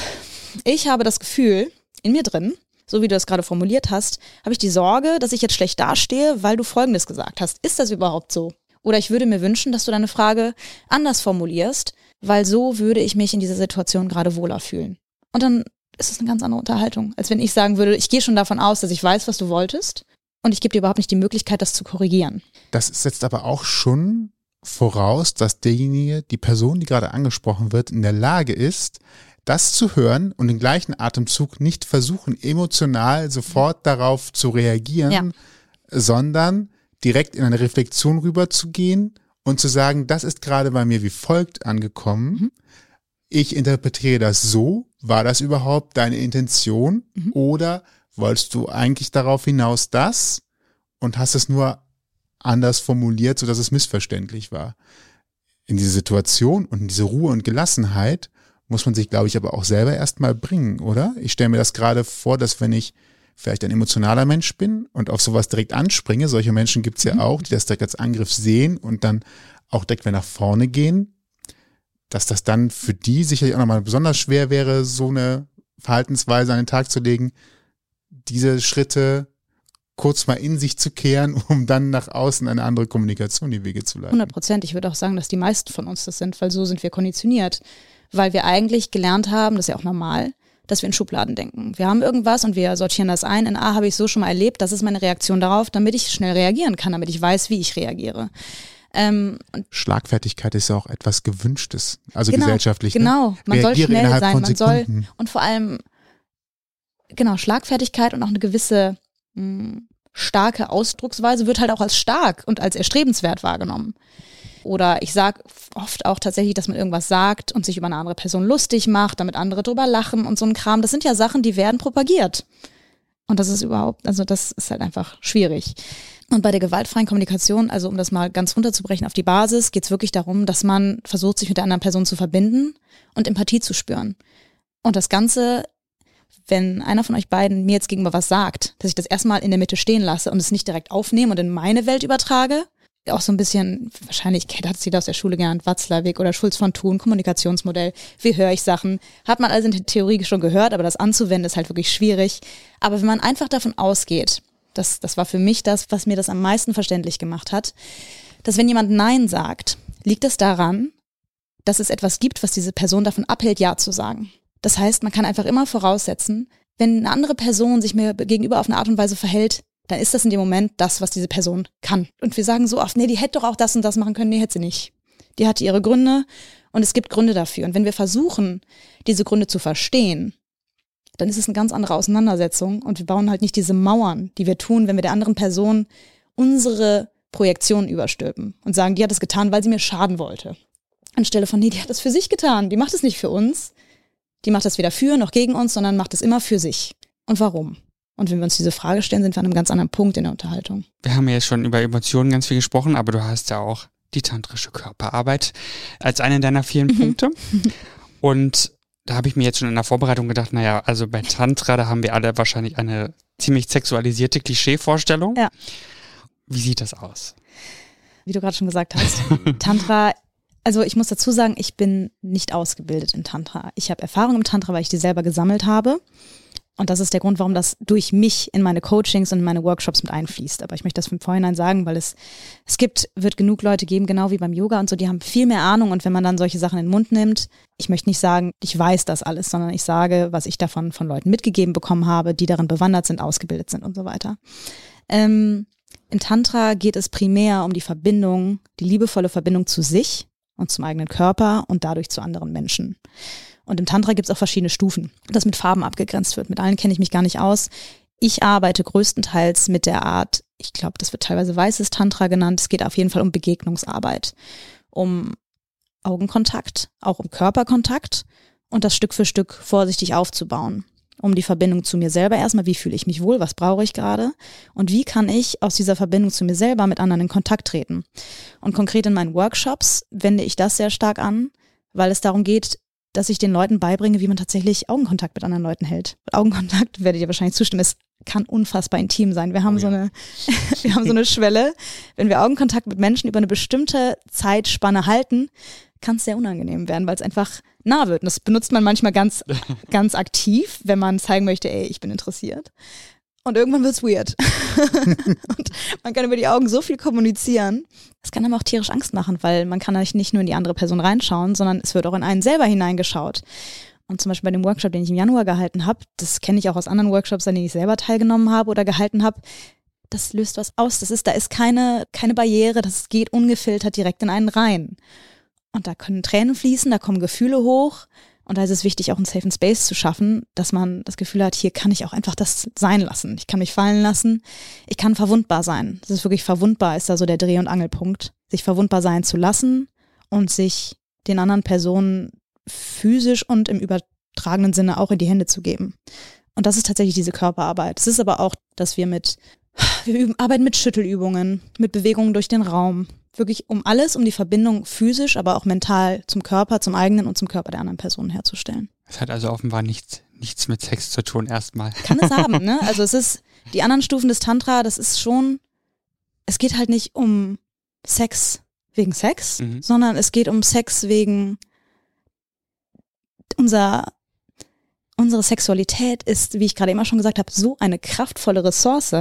ich habe das Gefühl in mir drin, so wie du das gerade formuliert hast, habe ich die Sorge, dass ich jetzt schlecht dastehe, weil du Folgendes gesagt hast. Ist das überhaupt so? Oder ich würde mir wünschen, dass du deine Frage anders formulierst, weil so würde ich mich in dieser Situation gerade wohler fühlen. Und dann ist es eine ganz andere Unterhaltung, als wenn ich sagen würde, ich gehe schon davon aus, dass ich weiß, was du wolltest und ich gebe dir überhaupt nicht die Möglichkeit, das zu korrigieren. Das setzt aber auch schon voraus, dass derjenige, die Person, die gerade angesprochen wird, in der Lage ist, das zu hören und im gleichen Atemzug nicht versuchen, emotional sofort darauf zu reagieren, sondern direkt in eine Reflexion rüberzugehen und zu sagen, das ist gerade bei mir wie folgt angekommen. Ich interpretiere das so, war das überhaupt deine Intention oder wolltest du eigentlich darauf hinaus das und hast es nur anders formuliert, sodass es missverständlich war. In diese Situation und in diese Ruhe und Gelassenheit muss man sich, glaube ich, aber auch selber erstmal bringen, oder? Ich stelle mir das gerade vor, dass wenn ich vielleicht ein emotionaler Mensch bin und auf sowas direkt anspringe, solche Menschen gibt es ja auch, die das direkt als Angriff sehen und dann auch direkt wieder nach vorne gehen, dass das dann für die sicherlich auch nochmal besonders schwer wäre, so eine Verhaltensweise an den Tag zu legen, diese Schritte kurz mal in sich zu kehren, um dann nach außen eine andere Kommunikation die Wege zu leiten. 100%. Ich würde auch sagen, dass die meisten von uns das sind, weil so sind wir konditioniert. Weil wir eigentlich gelernt haben, das ist ja auch normal, dass wir in Schubladen denken. Wir haben irgendwas und wir sortieren das ein. In A habe ich so schon mal erlebt, das ist meine Reaktion darauf, damit ich schnell reagieren kann, damit ich weiß, wie ich reagiere. Schlagfertigkeit ist ja auch etwas Gewünschtes, also genau, gesellschaftlich. Genau, man soll schnell sein, man soll Sekunden. und vor allem Schlagfertigkeit und auch eine gewisse starke Ausdrucksweise wird halt auch als stark und als erstrebenswert wahrgenommen. Oder ich sage oft auch tatsächlich, dass man irgendwas sagt und sich über eine andere Person lustig macht, damit andere drüber lachen und so ein Kram. Das sind ja Sachen, die werden propagiert. Und das ist das ist halt einfach schwierig. Und bei der gewaltfreien Kommunikation, also um das mal ganz runterzubrechen auf die Basis, geht es wirklich darum, dass man versucht, sich mit der anderen Person zu verbinden und Empathie zu spüren. Und das Ganze, wenn einer von euch beiden mir jetzt gegenüber was sagt, dass ich das erstmal in der Mitte stehen lasse und es nicht direkt aufnehme und in meine Welt übertrage, auch so ein bisschen, wahrscheinlich hat es jeder aus der Schule gelernt, Watzlawick oder Schulz von Thun, Kommunikationsmodell, wie höre ich Sachen, hat man also in der Theorie schon gehört, aber das anzuwenden ist halt wirklich schwierig. Aber wenn man einfach davon ausgeht, das war für mich das, was mir das am meisten verständlich gemacht hat, dass wenn jemand Nein sagt, liegt es daran, dass es etwas gibt, was diese Person davon abhält, Ja zu sagen. Das heißt, man kann einfach immer voraussetzen, wenn eine andere Person sich mir gegenüber auf eine Art und Weise verhält, dann ist das in dem Moment das, was diese Person kann. Und wir sagen so oft, nee, die hätte doch auch das und das machen können. Nee, hätte sie nicht. Die hatte ihre Gründe und es gibt Gründe dafür. Und wenn wir versuchen, diese Gründe zu verstehen, dann ist es eine ganz andere Auseinandersetzung und wir bauen halt nicht diese Mauern, die wir tun, wenn wir der anderen Person unsere Projektionen überstülpen und sagen, die hat es getan, weil sie mir schaden wollte. Anstelle von, nee, die hat das für sich getan, die macht es nicht für uns, die macht das weder für noch gegen uns, sondern macht es immer für sich. Und warum? Und wenn wir uns diese Frage stellen, sind wir an einem ganz anderen Punkt in der Unterhaltung. Wir haben ja jetzt schon über Emotionen ganz viel gesprochen, aber du hast ja auch die tantrische Körperarbeit als einen deiner vielen Punkte. Und da habe ich mir jetzt schon in der Vorbereitung gedacht, naja, also bei Tantra, da haben wir alle wahrscheinlich eine ziemlich sexualisierte Klischeevorstellung. Ja. Wie sieht das aus? Wie du gerade schon gesagt hast, Tantra Also ich muss dazu sagen, ich bin nicht ausgebildet in Tantra. Ich habe Erfahrung im Tantra, weil ich die selber gesammelt habe. Und das ist der Grund, warum das durch mich in meine Coachings und in meine Workshops mit einfließt. Aber ich möchte das von vornherein sagen, weil es wird genug Leute geben, genau wie beim Yoga und so, die haben viel mehr Ahnung. Und wenn man dann solche Sachen in den Mund nimmt, ich möchte nicht sagen, ich weiß das alles, sondern ich sage, was ich davon von Leuten mitgegeben bekommen habe, die darin bewandert sind, ausgebildet sind und so weiter. In Tantra geht es primär um die Verbindung, die liebevolle Verbindung zu sich und zum eigenen Körper und dadurch zu anderen Menschen. Und im Tantra gibt es auch verschiedene Stufen, das mit Farben abgegrenzt wird. Mit allen kenne ich mich gar nicht aus. Ich arbeite größtenteils mit der Art, ich glaube, das wird teilweise weißes Tantra genannt. Es geht auf jeden Fall um Begegnungsarbeit, um Augenkontakt, auch um Körperkontakt und das Stück für Stück vorsichtig aufzubauen. Um die Verbindung zu mir selber erstmal, wie fühle ich mich wohl, was brauche ich gerade und wie kann ich aus dieser Verbindung zu mir selber mit anderen in Kontakt treten. Und konkret in meinen Workshops wende ich das sehr stark an, weil es darum geht, dass ich den Leuten beibringe, wie man tatsächlich Augenkontakt mit anderen Leuten hält. Augenkontakt, werdet ihr wahrscheinlich zustimmen, es kann unfassbar intim sein. Wir haben so eine Schwelle. Wenn wir Augenkontakt mit Menschen über eine bestimmte Zeitspanne halten, kann es sehr unangenehm werden, weil es einfach nah wird. Und das benutzt man manchmal ganz, ganz aktiv, wenn man zeigen möchte, ey, ich bin interessiert. Und irgendwann wird's weird. Und man kann über die Augen so viel kommunizieren. Das kann einem auch tierisch Angst machen, weil man kann nicht nur in die andere Person reinschauen, sondern es wird auch in einen selber hineingeschaut. Und zum Beispiel bei dem Workshop, den ich im Januar gehalten habe, das kenne ich auch aus anderen Workshops, an denen ich selber teilgenommen habe oder gehalten habe, das löst was aus. Da ist keine Barriere, das geht ungefiltert direkt in einen rein. Und da können Tränen fließen, da kommen Gefühle hoch. Und da ist es wichtig, auch einen safen Space zu schaffen, dass man das Gefühl hat, hier kann ich auch einfach das sein lassen. Ich kann mich fallen lassen. Ich kann verwundbar sein. Das ist wirklich verwundbar, ist da so der Dreh- und Angelpunkt. Sich verwundbar sein zu lassen und sich den anderen Personen physisch und im übertragenen Sinne auch in die Hände zu geben. Und das ist tatsächlich diese Körperarbeit. Es ist aber auch, dass wir arbeiten mit Schüttelübungen, mit Bewegungen durch den Raum. Wirklich um die Verbindung physisch, aber auch mental zum Körper, zum eigenen und zum Körper der anderen Person herzustellen. Es hat also offenbar nichts mit Sex zu tun erstmal. Kann es haben, ne? Also es ist, die anderen Stufen des Tantra, das ist schon, es geht halt nicht um Sex wegen Sex, sondern es geht um Sex wegen unsere Sexualität ist, wie ich gerade immer schon gesagt habe, so eine kraftvolle Ressource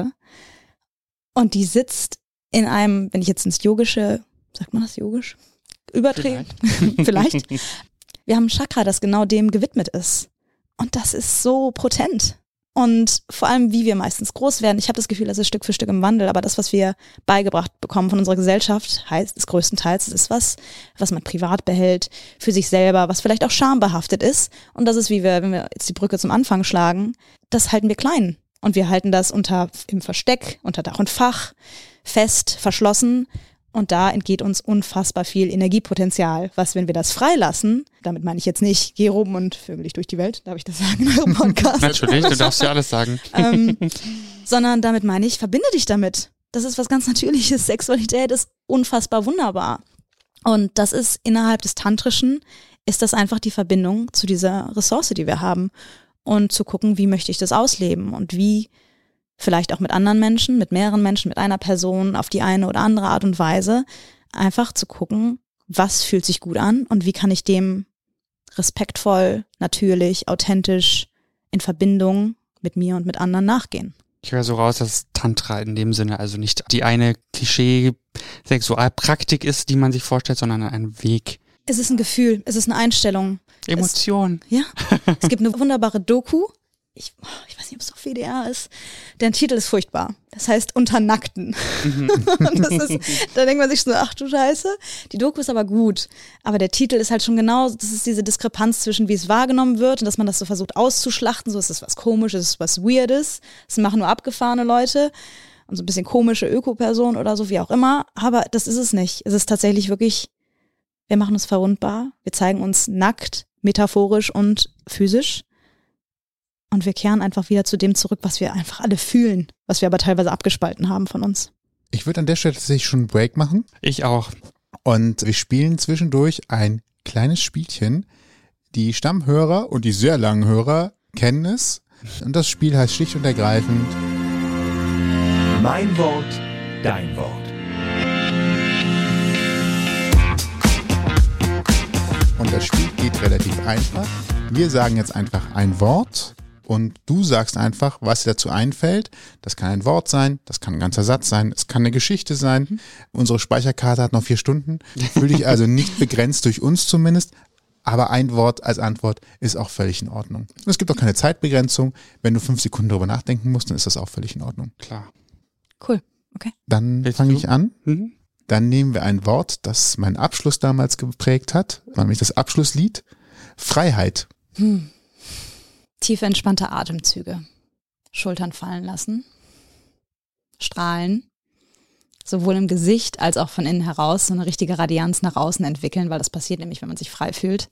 und die sitzt in einem, wenn ich jetzt ins Yogische, sagt man das yogisch? Überträge? Vielleicht. Wir haben ein Chakra, das genau dem gewidmet ist. Und das ist so potent. Und vor allem, wie wir meistens groß werden. Ich habe das Gefühl, das ist Stück für Stück im Wandel, aber das, was wir beigebracht bekommen von unserer Gesellschaft, heißt es größtenteils, es ist was man privat behält, für sich selber, was vielleicht auch schambehaftet ist. Und das ist, wenn wir jetzt die Brücke zum Anfang schlagen, das halten wir klein. Und wir halten das im Versteck, unter Dach und Fach, fest, verschlossen und da entgeht uns unfassbar viel Energiepotenzial, was, wenn wir das freilassen, damit meine ich jetzt nicht, geh rum und vögel dich durch die Welt, darf ich das sagen in eurem Podcast? Natürlich, du darfst ja alles sagen. Sondern damit meine ich, verbinde dich damit. Das ist was ganz Natürliches, Sexualität ist unfassbar wunderbar. Und das ist innerhalb des Tantrischen, ist das einfach die Verbindung zu dieser Ressource, die wir haben und zu gucken, wie möchte ich das ausleben und wie vielleicht auch mit anderen Menschen, mit mehreren Menschen, mit einer Person auf die eine oder andere Art und Weise, einfach zu gucken, was fühlt sich gut an und wie kann ich dem respektvoll, natürlich, authentisch, in Verbindung mit mir und mit anderen nachgehen. Ich höre so raus, dass Tantra in dem Sinne also nicht die eine Klischee-Sexualpraktik ist, die man sich vorstellt, sondern ein Weg. Es ist ein Gefühl, es ist eine Einstellung. Emotion. Es gibt eine wunderbare Doku, ich weiß nicht, ob es auf WDR ist, deren Titel ist furchtbar. Das heißt Unter Nackten. Da denkt man sich so, ach du Scheiße, die Doku ist aber gut. Aber der Titel ist halt schon genau, das ist diese Diskrepanz zwischen wie es wahrgenommen wird und dass man das so versucht auszuschlachten, so ist es was Komisches, ist es was Weirdes, das machen nur abgefahrene Leute und so ein bisschen komische Öko-Personen oder so, wie auch immer. Aber das ist es nicht. Es ist tatsächlich wirklich, wir machen uns verwundbar, wir zeigen uns nackt, metaphorisch und physisch. Und wir kehren einfach wieder zu dem zurück, was wir einfach alle fühlen, was wir aber teilweise abgespalten haben von uns. Ich würde an der Stelle tatsächlich schon einen Break machen. Ich auch. Und wir spielen zwischendurch ein kleines Spielchen. Die Stammhörer und die sehr langen Hörer kennen es. Und das Spiel heißt schlicht und ergreifend Mein Wort, dein Wort. Und das Spiel geht relativ einfach. Wir sagen jetzt einfach ein Wort und du sagst einfach, was dir dazu einfällt. Das kann ein Wort sein, das kann ein ganzer Satz sein, es kann eine Geschichte sein. Unsere Speicherkarte hat noch 4 Stunden. Fühl dich also nicht begrenzt durch uns zumindest. Aber ein Wort als Antwort ist auch völlig in Ordnung. Es gibt auch keine Zeitbegrenzung. Wenn du 5 Sekunden darüber nachdenken musst, dann ist das auch völlig in Ordnung. Klar. Cool, okay. Dann Willst fange du? ich an. Mhm. Dann nehmen wir ein Wort, das meinen Abschluss damals geprägt hat, nämlich das Abschlusslied. Freiheit. Tiefe, entspannte Atemzüge. Schultern fallen lassen. Strahlen. Sowohl im Gesicht als auch von innen heraus so eine richtige Radianz nach außen entwickeln, weil das passiert nämlich, wenn man sich frei fühlt.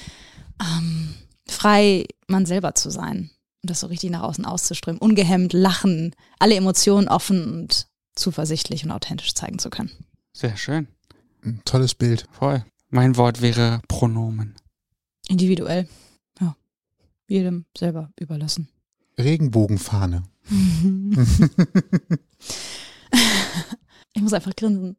Frei, man selber zu sein und das so richtig nach außen auszuströmen. Ungehemmt, lachen, alle Emotionen offen und zuversichtlich und authentisch zeigen zu können. Sehr schön. Ein tolles Bild. Voll. Mein Wort wäre Pronomen. Individuell. Ja. Jedem selber überlassen. Regenbogenfahne. Ich muss einfach grinsen.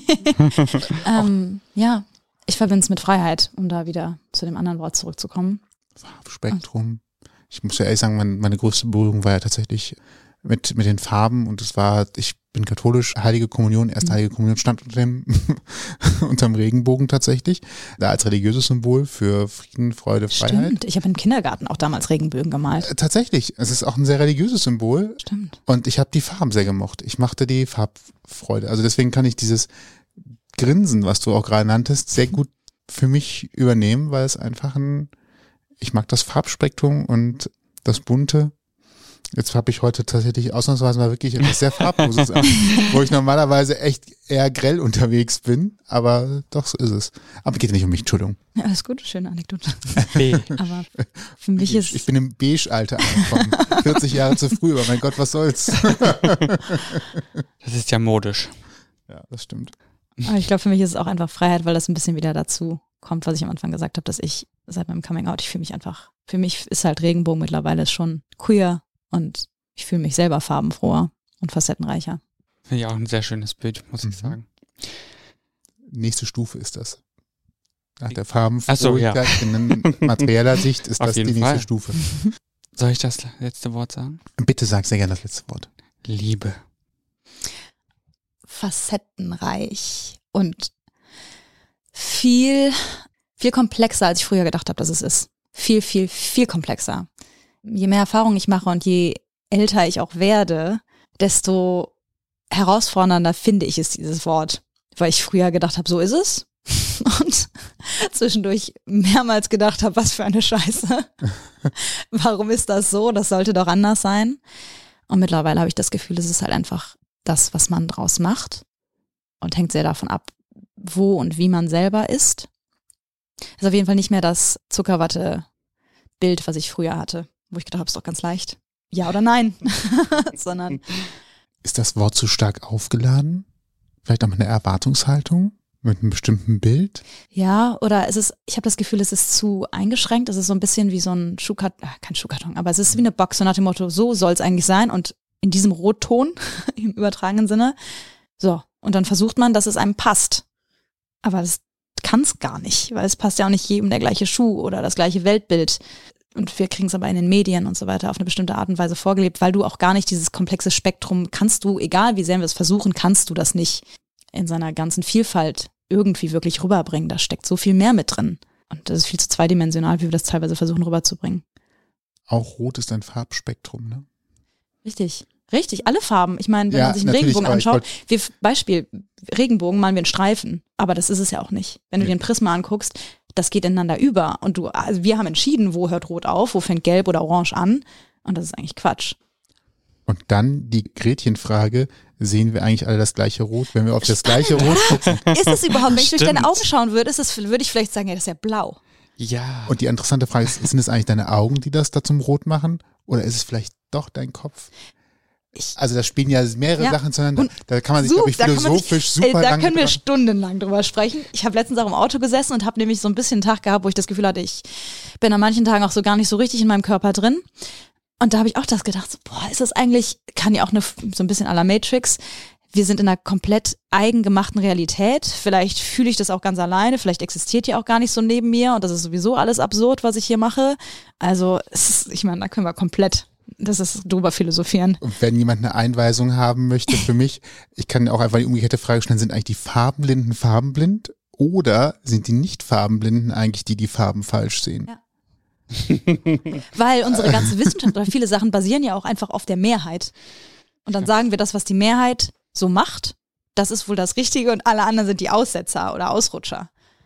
Ja, ich verbinde es mit Freiheit, um da wieder zu dem anderen Wort zurückzukommen. Farbspektrum. Ich muss ja ehrlich sagen, meine größte Berührung war ja tatsächlich mit den Farben und es war, ich bin katholisch, Heilige Kommunion, erste Heilige Kommunion stand unterm Regenbogen tatsächlich, da als religiöses Symbol für Frieden, Freude, Freiheit. Stimmt, ich habe im Kindergarten auch damals Regenbögen gemalt. Tatsächlich, es ist auch ein sehr religiöses Symbol. Stimmt. Und ich habe die Farben sehr gemocht. Ich mochte die Farbfreude. Also deswegen kann ich dieses Grinsen, was du auch gerade nanntest, sehr gut für mich übernehmen, weil es einfach ich mag das Farbspektrum und das Bunte. Jetzt habe ich heute tatsächlich ausnahmsweise mal wirklich etwas sehr Farbloses an, wo ich normalerweise echt eher grell unterwegs bin, aber doch, so ist es. Aber geht ja nicht um mich, Entschuldigung. Ja, alles gut, schöne Anekdote. B. Aber für mich ist Ich bin im Beige-Alter angekommen. 40 Jahre zu früh, aber mein Gott, was soll's. Das ist ja modisch. Ja, das stimmt. aber ich glaube, für mich ist es auch einfach Freiheit, weil das ein bisschen wieder dazu kommt, was ich am Anfang gesagt habe, dass ich seit meinem Coming-out, für mich ist halt Regenbogen mittlerweile schon queer und ich fühle mich selber farbenfroher und facettenreicher. Finde ich auch ein sehr schönes Bild, muss ich sagen. Nächste Stufe ist das. Nach der Ach so, ja. Farbenfrohigkeit in materieller Sicht ist Auf das die jeden nächste Fall. Stufe. Soll ich das letzte Wort sagen? Bitte sag sehr gerne das letzte Wort. Liebe. Facettenreich und viel komplexer, als ich früher gedacht habe, dass es ist. Viel, viel, viel komplexer. Je mehr Erfahrung ich mache und je älter ich auch werde, desto herausfordernder finde ich es, dieses Wort. Weil ich früher gedacht habe, so ist es. Und zwischendurch mehrmals gedacht habe, was für eine Scheiße. Warum ist das so? Das sollte doch anders sein. Und mittlerweile habe ich das Gefühl, es ist halt einfach das, was man draus macht. Und hängt sehr davon ab, wo und wie man selber ist. Ist auf jeden Fall nicht mehr das Zuckerwatte-Bild, was ich früher hatte, wo ich gedacht habe, ist doch ganz leicht. Ja oder nein? Sondern Ist das Wort zu stark aufgeladen? Vielleicht auch mit einer Erwartungshaltung? Mit einem bestimmten Bild? ja, oder ich habe das Gefühl, es ist zu eingeschränkt. Es ist so ein bisschen wie so ein Schuhkarton, kein Schuhkarton, aber es ist wie eine Box, so nach dem Motto, so soll es eigentlich sein und in diesem Rotton im übertragenen Sinne. So, und dann versucht man, dass es einem passt. Aber das kann es gar nicht, weil es passt ja auch nicht jedem der gleiche Schuh oder das gleiche Weltbild. Und wir kriegen es aber in den Medien und so weiter auf eine bestimmte Art und Weise vorgelebt, weil du auch gar nicht dieses komplexe Spektrum kannst du, egal wie sehr wir es versuchen, kannst du das nicht in seiner ganzen Vielfalt irgendwie wirklich rüberbringen. Da steckt so viel mehr mit drin. Und das ist viel zu zweidimensional, wie wir das teilweise versuchen rüberzubringen. Auch Rot ist ein Farbspektrum, ne? Richtig, alle Farben. Ich meine, wenn Ja, man sich einen natürlich, Regenbogen aber ich anschaut, Beispiel, Regenbogen malen wir in Streifen, aber das ist es ja auch nicht. Wenn du dir ein Prisma anguckst, das geht ineinander über und also wir haben entschieden, wo hört Rot auf, wo fängt Gelb oder Orange an und das ist eigentlich Quatsch. Und dann die Gretchenfrage, sehen wir eigentlich alle das gleiche Rot, wenn wir auf das gleiche Rot gucken? Ist es überhaupt, wenn ich durch deine Stimmt. Augen schauen würde, würde ich vielleicht sagen, ja, das ist ja blau. Ja. Und die interessante Frage ist, sind es eigentlich deine Augen, die das da zum Rot machen? Oder ist es vielleicht doch dein Kopf? Also da spielen ja mehrere Ja. Sachen zueinander. Und Da kann man sich, glaube ich, philosophisch super da lange können wir dran- stundenlang drüber sprechen. Ich habe letztens auch im Auto gesessen und habe nämlich so ein bisschen einen Tag gehabt, wo ich das Gefühl hatte, ich bin an manchen Tagen auch so gar nicht so richtig in meinem Körper drin. Und da habe ich auch das gedacht, so, boah, ist das eigentlich, kann ja auch so ein bisschen à la Matrix, wir sind in einer komplett eigengemachten Realität. Vielleicht fühle ich das auch ganz alleine, vielleicht existiert die auch gar nicht so neben mir und das ist sowieso alles absurd, was ich hier mache. Also ich meine, da können wir komplett, das ist drüber philosophieren. Und wenn jemand eine Einweisung haben möchte für mich, ich kann auch einfach die umgekehrte Frage stellen, sind eigentlich die Farbenblinden farbenblind oder sind die Nicht-Farbenblinden eigentlich die Farben falsch sehen? Ja. Weil unsere ganze Wissenschaft oder viele Sachen basieren ja auch einfach auf der Mehrheit. Und dann sagen wir, das, was die Mehrheit so macht, das ist wohl das Richtige und alle anderen sind die Aussetzer oder Ausrutscher.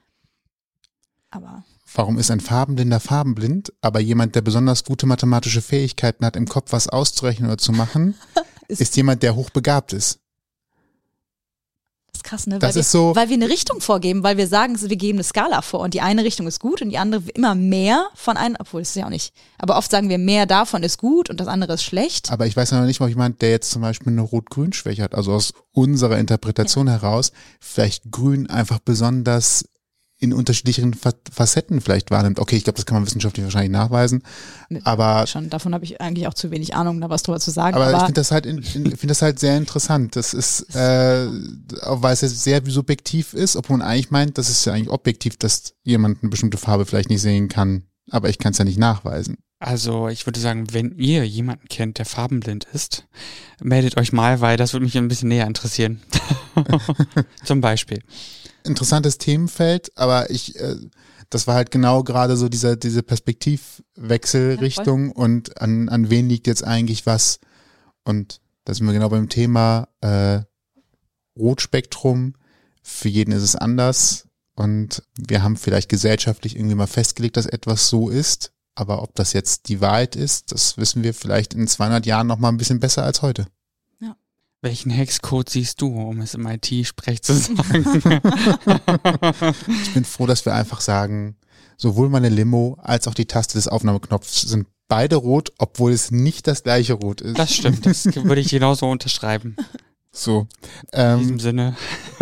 Aber warum ist ein Farbenblinder farbenblind, aber jemand, der besonders gute mathematische Fähigkeiten hat, im Kopf was auszurechnen oder zu machen, ist jemand, der hochbegabt ist? das ist krass, ne? Das Weil ist so. weil wir eine Richtung vorgeben, weil wir sagen, wir geben eine Skala vor und die eine Richtung ist gut und die andere immer mehr von einem, obwohl das ist ja auch nicht. Aber oft sagen wir, mehr davon ist gut und das andere ist schlecht. Aber ich weiß noch nicht, ob jemand, der jetzt zum Beispiel eine Rot-Grün-Schwäche hat, also aus unserer Interpretation heraus, vielleicht Grün einfach besonders in unterschiedlichen Facetten vielleicht wahrnimmt. Okay, ich glaube, das kann man wissenschaftlich wahrscheinlich nachweisen, aber Schon, davon habe ich eigentlich auch zu wenig Ahnung, da was drüber zu sagen. ich finde das halt sehr interessant. Das ist, auch weil es ja sehr subjektiv ist, obwohl man eigentlich meint, das ist ja eigentlich objektiv, dass jemand eine bestimmte Farbe vielleicht nicht sehen kann, aber ich kann es ja nicht nachweisen. Also ich würde sagen, wenn ihr jemanden kennt, der farbenblind ist, meldet euch mal, weil das würde mich ein bisschen näher interessieren. Zum Beispiel. Interessantes Themenfeld, aber das war halt genau gerade so diese Perspektivwechselrichtung und an wen liegt jetzt eigentlich was. Und da sind wir genau beim Thema Rotspektrum. Für jeden ist es anders und wir haben vielleicht gesellschaftlich irgendwie mal festgelegt, dass etwas so ist. Aber ob das jetzt die Wahrheit ist, das wissen wir vielleicht in 200 Jahren noch mal ein bisschen besser als heute. Welchen Hexcode siehst du, um es im IT-Sprech zu sagen? Ich bin froh, dass wir einfach sagen, sowohl meine Limo als auch die Taste des Aufnahmeknopfs sind beide rot, obwohl es nicht das gleiche Rot ist. Das stimmt, das würde ich genauso unterschreiben. So. In diesem Sinne.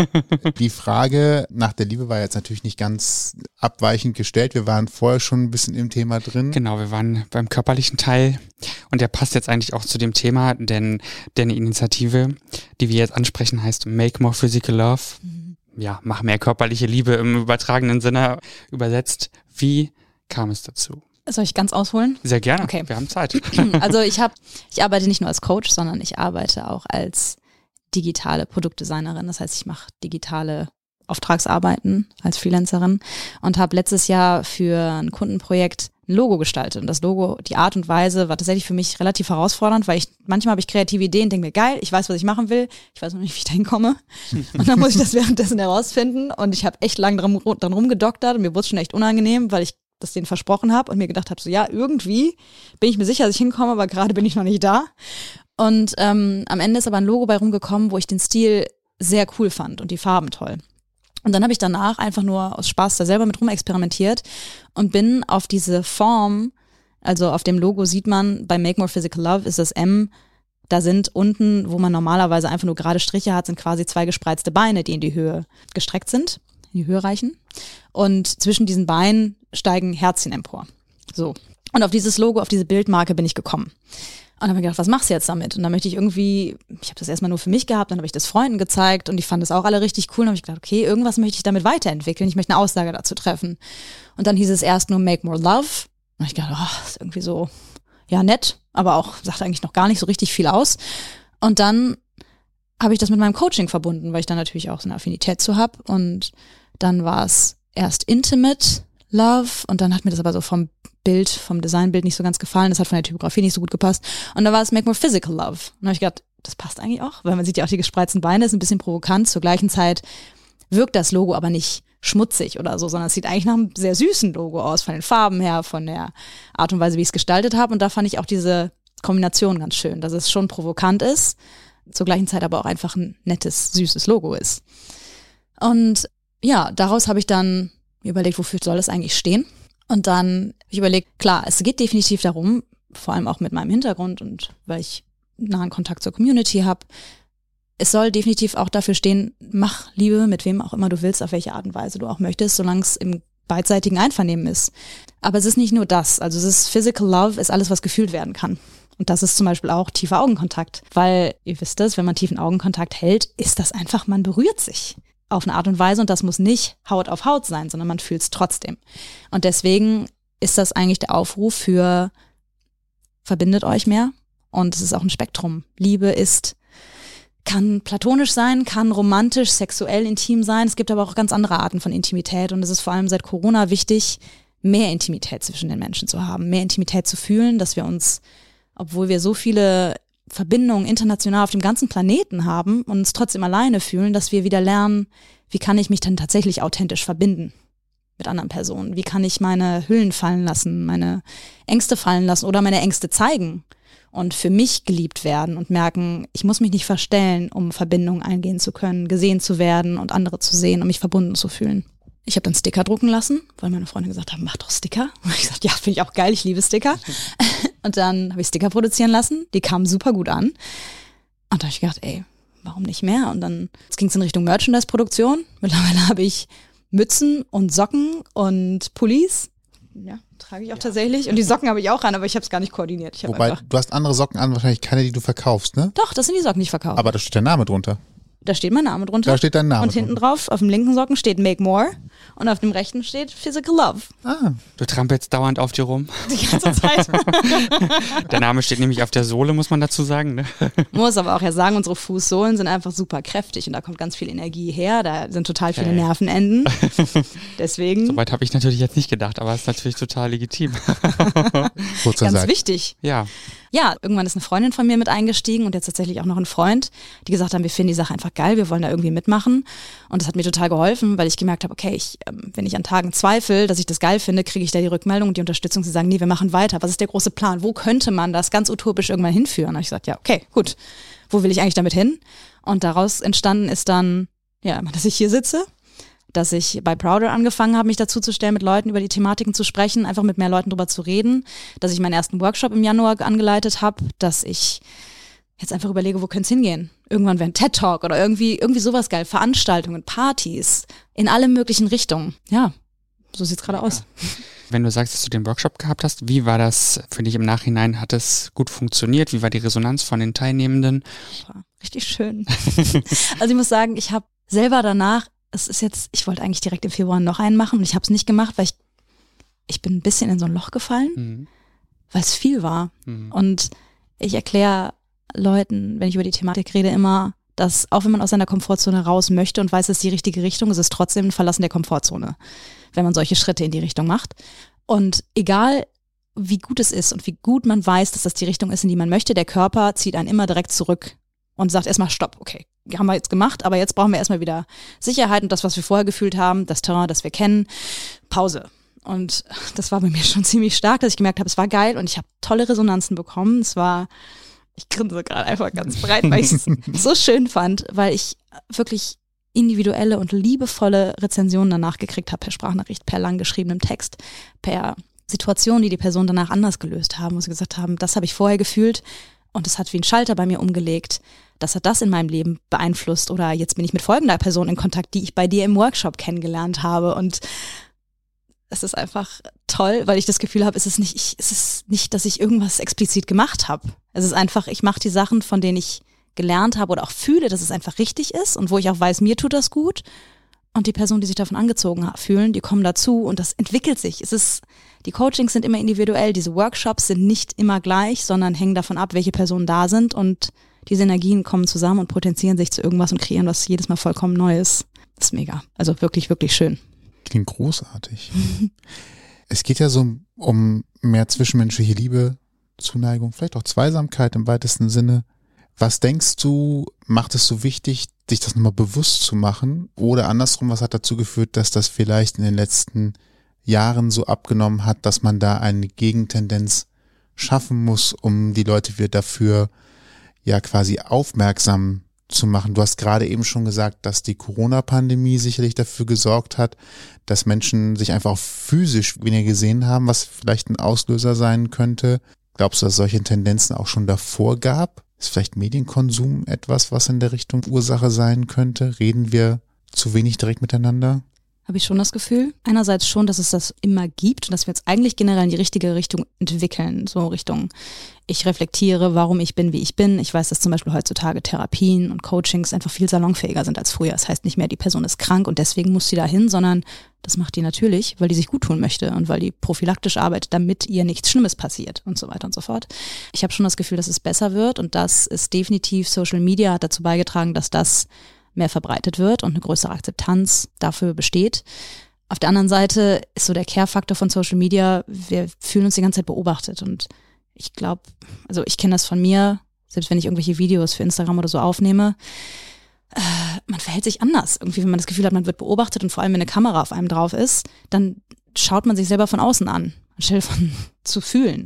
Die Frage nach der Liebe war jetzt natürlich nicht ganz abweichend gestellt. Wir waren vorher schon ein bisschen im Thema drin. Genau, wir waren beim körperlichen Teil und der passt jetzt eigentlich auch zu dem Thema, denn eine Initiative, die wir jetzt ansprechen, heißt Make More Physical Love. Ja, mach mehr körperliche Liebe im übertragenen Sinne übersetzt. Wie kam es dazu? Soll ich ganz ausholen? Sehr gerne, Okay. Wir haben Zeit. Also ich arbeite nicht nur als Coach, sondern ich arbeite auch als digitale Produktdesignerin. Das heißt, ich mache digitale Auftragsarbeiten als Freelancerin und habe letztes Jahr für ein Kundenprojekt ein Logo gestaltet. Und das Logo, die Art und Weise war tatsächlich für mich relativ herausfordernd, weil manchmal habe ich kreative Ideen, denke mir, geil, ich weiß, was ich machen will, ich weiß noch nicht, wie ich da hinkomme. Und dann muss ich das währenddessen herausfinden und ich habe echt lange dran rumgedoktert und mir wurde es schon echt unangenehm, weil ich das denen versprochen habe und mir gedacht habe, so ja, irgendwie bin ich mir sicher, dass ich hinkomme, aber gerade bin ich noch nicht da. Und am Ende ist aber ein Logo bei rumgekommen, wo ich den Stil sehr cool fand und die Farben toll. Und dann habe ich danach einfach nur aus Spaß da selber mit rumexperimentiert und bin auf diese Form, also auf dem Logo sieht man, bei Make More Physical Love ist das M, da sind unten, wo man normalerweise einfach nur gerade Striche hat, sind quasi 2 gespreizte Beine, die in die Höhe gestreckt sind, in die Höhe reichen. Und zwischen diesen Beinen steigen Herzchen empor. So. Und auf dieses Logo, auf diese Bildmarke bin ich gekommen. Und dann habe ich gedacht, was machst du jetzt damit? Und dann möchte ich habe das erstmal nur für mich gehabt, dann habe ich das Freunden gezeigt und die fanden das auch alle richtig cool. Und dann habe ich gedacht, okay, irgendwas möchte ich damit weiterentwickeln. Ich möchte eine Aussage dazu treffen. Und dann hieß es erst nur Make More Love. Und ich dachte, das ist irgendwie so, ja, nett, aber auch sagt eigentlich noch gar nicht so richtig viel aus. Und dann habe ich das mit meinem Coaching verbunden, weil ich dann natürlich auch so eine Affinität zu habe. Und dann war es erst Intimate Love und dann hat mir das aber so vom Designbild nicht so ganz gefallen. Das hat von der Typografie nicht so gut gepasst. Und dann war es Make More Physical Love. Und dann habe ich gedacht, das passt eigentlich auch, weil man sieht ja auch die gespreizten Beine, ist ein bisschen provokant. Zur gleichen Zeit wirkt das Logo aber nicht schmutzig oder so, sondern es sieht eigentlich nach einem sehr süßen Logo aus, von den Farben her, von der Art und Weise, wie ich es gestaltet habe. Und da fand ich auch diese Kombination ganz schön, dass es schon provokant ist, zur gleichen Zeit aber auch einfach ein nettes, süßes Logo ist. Und ja, daraus habe ich dann überlegt, wofür soll das eigentlich stehen? Und dann habe ich überlegt, klar, es geht definitiv darum, vor allem auch mit meinem Hintergrund und weil ich nahen Kontakt zur Community habe, es soll definitiv auch dafür stehen, mach Liebe mit wem auch immer du willst, auf welche Art und Weise du auch möchtest, solange es im beidseitigen Einvernehmen ist. Aber es ist nicht nur das, also es ist Physical Love, ist alles, was gefühlt werden kann. Und das ist zum Beispiel auch tiefer Augenkontakt, weil ihr wisst es, wenn man tiefen Augenkontakt hält, ist das einfach, man berührt sich auf eine Art und Weise und das muss nicht Haut auf Haut sein, sondern man fühlt es trotzdem. Und deswegen ist das eigentlich der Aufruf für verbindet euch mehr und es ist auch ein Spektrum. Liebe kann platonisch sein, kann romantisch, sexuell, intim sein. Es gibt aber auch ganz andere Arten von Intimität und es ist vor allem seit Corona wichtig, mehr Intimität zwischen den Menschen zu haben, mehr Intimität zu fühlen, dass wir uns, obwohl wir so viele Verbindungen international auf dem ganzen Planeten haben und uns trotzdem alleine fühlen, dass wir wieder lernen, wie kann ich mich dann tatsächlich authentisch verbinden mit anderen Personen? Wie kann ich meine Hüllen fallen lassen, meine Ängste fallen lassen oder meine Ängste zeigen und für mich geliebt werden und merken, ich muss mich nicht verstellen, um Verbindungen eingehen zu können, gesehen zu werden und andere zu sehen, um mich verbunden zu fühlen. Ich habe dann Sticker drucken lassen, weil meine Freunde gesagt haben, mach doch Sticker. Und ich gesagt, ja, finde ich auch geil, ich liebe Sticker. Und dann habe ich Sticker produzieren lassen, die kamen super gut an. Und da habe ich gedacht, ey, warum nicht mehr? Und dann ging es in Richtung Merchandise-Produktion. Mittlerweile habe ich Mützen und Socken und Pullis. Ja, trage ich auch tatsächlich. Und die Socken habe ich auch an, aber ich habe es gar nicht koordiniert. Wobei, du hast andere Socken an, wahrscheinlich keine, die du verkaufst, ne? Doch, das sind die Socken, die ich verkaufe. Aber da steht der Name drunter. Da steht mein Name drunter. Da steht dein Name und hinten drauf, auf dem linken Socken steht Make More und auf dem rechten steht Physical Love. Ah. Du trampelst dauernd auf dir rum. Die ganze Zeit. Der Name steht nämlich auf der Sohle, muss man dazu sagen. Ne? Muss aber auch ja sagen, unsere Fußsohlen sind einfach super kräftig und da kommt ganz viel Energie her, da sind total viele Nervenenden. Deswegen. Soweit habe ich natürlich jetzt nicht gedacht, aber es ist natürlich total legitim. Ganz wichtig. Ja. Ja, irgendwann ist eine Freundin von mir mit eingestiegen und jetzt tatsächlich auch noch ein Freund, die gesagt haben, wir finden die Sache einfach geil, wir wollen da irgendwie mitmachen. Und das hat mir total geholfen, weil ich gemerkt habe, okay, wenn ich an Tagen zweifle, dass ich das geil finde, kriege ich da die Rückmeldung und die Unterstützung zu sagen, nee, wir machen weiter. Was ist der große Plan? Wo könnte man das ganz utopisch irgendwann hinführen? Und ich gesagt, ja, okay, gut. Wo will ich eigentlich damit hin? Und daraus entstanden ist dann, ja, dass ich hier sitze, dass ich bei Prouder angefangen habe, mich dazu zu stellen, mit Leuten über die Thematiken zu sprechen, einfach mit mehr Leuten drüber zu reden, dass ich meinen ersten Workshop im Januar angeleitet habe, dass ich jetzt einfach überlege, wo könnte es hingehen? Irgendwann wäre ein TED-Talk oder irgendwie sowas geil, Veranstaltungen, Partys, in alle möglichen Richtungen. Ja, so sieht's gerade aus. Wenn du sagst, dass du den Workshop gehabt hast, wie war das für dich im Nachhinein? Hat es gut funktioniert? Wie war die Resonanz von den Teilnehmenden? War richtig schön. Also ich muss sagen, ich habe selber danach, ich wollte eigentlich direkt im Februar noch einen machen und ich habe es nicht gemacht, weil ich bin ein bisschen in so ein Loch gefallen, weil es viel war. Und ich erkläre Leuten, wenn ich über die Thematik rede, immer, dass auch wenn man aus seiner Komfortzone raus möchte und weiß, es ist die richtige Richtung, ist es trotzdem ein Verlassen der Komfortzone, wenn man solche Schritte in die Richtung macht. Und egal, wie gut es ist und wie gut man weiß, dass das die Richtung ist, in die man möchte, der Körper zieht einen immer direkt zurück und sagt erstmal Stopp, okay, haben wir jetzt gemacht, aber jetzt brauchen wir erstmal wieder Sicherheit und das, was wir vorher gefühlt haben, das Terrain, das wir kennen, Pause. Und das war bei mir schon ziemlich stark, dass ich gemerkt habe, es war geil und ich habe tolle Resonanzen bekommen. Ich grinse gerade einfach ganz breit, weil ich es so schön fand, weil ich wirklich individuelle und liebevolle Rezensionen danach gekriegt habe, per Sprachnachricht, per lang geschriebenem Text, per Situationen, die die Personen danach anders gelöst haben, wo sie gesagt haben, das habe ich vorher gefühlt und es hat wie ein Schalter bei mir umgelegt. Das hat das in meinem Leben beeinflusst oder jetzt bin ich mit folgender Person in Kontakt, die ich bei dir im Workshop kennengelernt habe und es ist einfach toll, weil ich das Gefühl habe, es ist nicht, dass ich irgendwas explizit gemacht habe. Es ist einfach, ich mache die Sachen, von denen ich gelernt habe oder auch fühle, dass es einfach richtig ist und wo ich auch weiß, mir tut das gut. Und die Personen, die sich davon angezogen fühlen, die kommen dazu und das entwickelt sich. Die Coachings sind immer individuell, diese Workshops sind nicht immer gleich, sondern hängen davon ab, welche Personen da sind und diese Energien kommen zusammen und potenzieren sich zu irgendwas und kreieren was jedes Mal vollkommen Neues. Das ist mega. Also wirklich, wirklich schön. Klingt großartig. Es geht ja so um mehr zwischenmenschliche Liebe, Zuneigung, vielleicht auch Zweisamkeit im weitesten Sinne. Was denkst du, macht es so wichtig, sich das nochmal bewusst zu machen? Oder andersrum, was hat dazu geführt, dass das vielleicht in den letzten Jahren so abgenommen hat, dass man da eine Gegentendenz schaffen muss, um die Leute wieder dafür ja quasi aufmerksam zu machen? Du hast gerade eben schon gesagt, dass die Corona-Pandemie sicherlich dafür gesorgt hat, dass Menschen sich einfach auch physisch weniger gesehen haben, was vielleicht ein Auslöser sein könnte. Glaubst du, dass es solche Tendenzen auch schon davor gab? Ist vielleicht Medienkonsum etwas, was in der Richtung Ursache sein könnte? Reden wir zu wenig direkt miteinander? habe ich schon das Gefühl. Einerseits schon, dass es das immer gibt und dass wir uns eigentlich generell in die richtige Richtung entwickeln. So Richtung, ich reflektiere, warum ich bin, wie ich bin. Ich weiß, dass zum Beispiel heutzutage Therapien und Coachings einfach viel salonfähiger sind als früher. Das heißt nicht mehr, die Person ist krank und deswegen muss sie da hin, sondern das macht die natürlich, weil die sich gut tun möchte und weil die prophylaktisch arbeitet, damit ihr nichts Schlimmes passiert und so weiter und so fort. Ich habe schon das Gefühl, dass es besser wird und das ist definitiv, Social Media hat dazu beigetragen, dass das mehr verbreitet wird und eine größere Akzeptanz dafür besteht. Auf der anderen Seite ist so der Care-Faktor von Social Media, wir fühlen uns die ganze Zeit beobachtet und ich glaube, also ich kenne das von mir, selbst wenn ich irgendwelche Videos für Instagram oder so aufnehme, man verhält sich anders. Irgendwie, wenn man das Gefühl hat, man wird beobachtet und vor allem, wenn eine Kamera auf einem drauf ist, dann schaut man sich selber von außen an, anstelle von zu fühlen.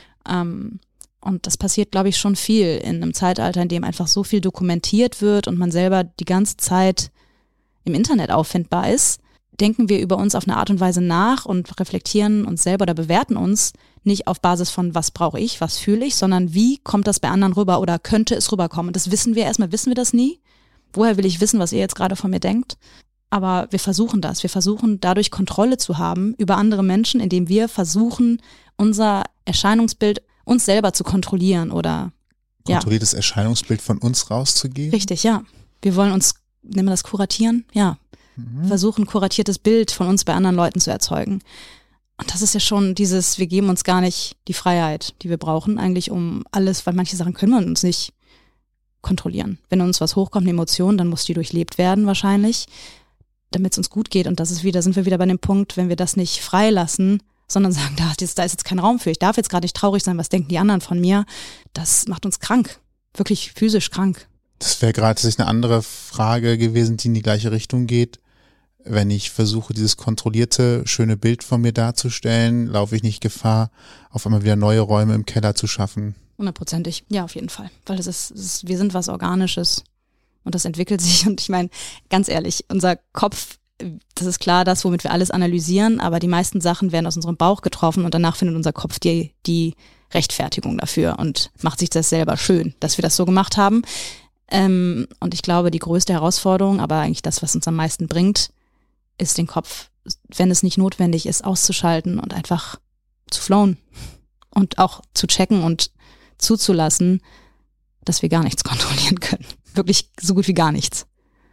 Und das passiert, glaube ich, schon viel in einem Zeitalter, in dem einfach so viel dokumentiert wird und man selber die ganze Zeit im Internet auffindbar ist. Denken wir über uns auf eine Art und Weise nach und reflektieren uns selber oder bewerten uns nicht auf Basis von, was brauche ich, was fühle ich, sondern wie kommt das bei anderen rüber oder könnte es rüberkommen. Und das wissen wir erstmal, wissen wir das nie. Woher will ich wissen, was ihr jetzt gerade von mir denkt? Aber wir versuchen das. Wir versuchen dadurch Kontrolle zu haben über andere Menschen, indem wir versuchen, unser Erscheinungsbild uns selber zu kontrollieren oder kontrolliertes Erscheinungsbild von uns rauszugeben? Richtig, ja. Wir wollen uns, nennen wir das kuratieren? Ja. Versuchen, kuratiertes Bild von uns bei anderen Leuten zu erzeugen. Und das ist ja schon dieses, wir geben uns gar nicht die Freiheit, die wir brauchen, eigentlich um alles, weil manche Sachen können wir uns nicht kontrollieren. Wenn uns was hochkommt, eine Emotion, dann muss die durchlebt werden wahrscheinlich, damit es uns gut geht. Und sind wir wieder bei dem Punkt, wenn wir das nicht freilassen, sondern sagen, da ist jetzt kein Raum für, ich darf jetzt gerade nicht traurig sein, was denken die anderen von mir, das macht uns krank, wirklich physisch krank. Das wäre gerade eine andere Frage gewesen, die in die gleiche Richtung geht. Wenn ich versuche, dieses kontrollierte, schöne Bild von mir darzustellen, laufe ich nicht Gefahr, auf einmal wieder neue Räume im Keller zu schaffen? 100%, ja, auf jeden Fall. Weil wir sind was Organisches und das entwickelt sich. Und ich meine, ganz ehrlich, unser Kopf, das ist klar, das, womit wir alles analysieren, aber die meisten Sachen werden aus unserem Bauch getroffen und danach findet unser Kopf die Rechtfertigung dafür und macht sich das selber schön, dass wir das so gemacht haben. Und ich glaube, die größte Herausforderung, aber eigentlich das, was uns am meisten bringt, ist den Kopf, wenn es nicht notwendig ist, auszuschalten und einfach zu flowen und auch zu checken und zuzulassen, dass wir gar nichts kontrollieren können. Wirklich so gut wie gar nichts.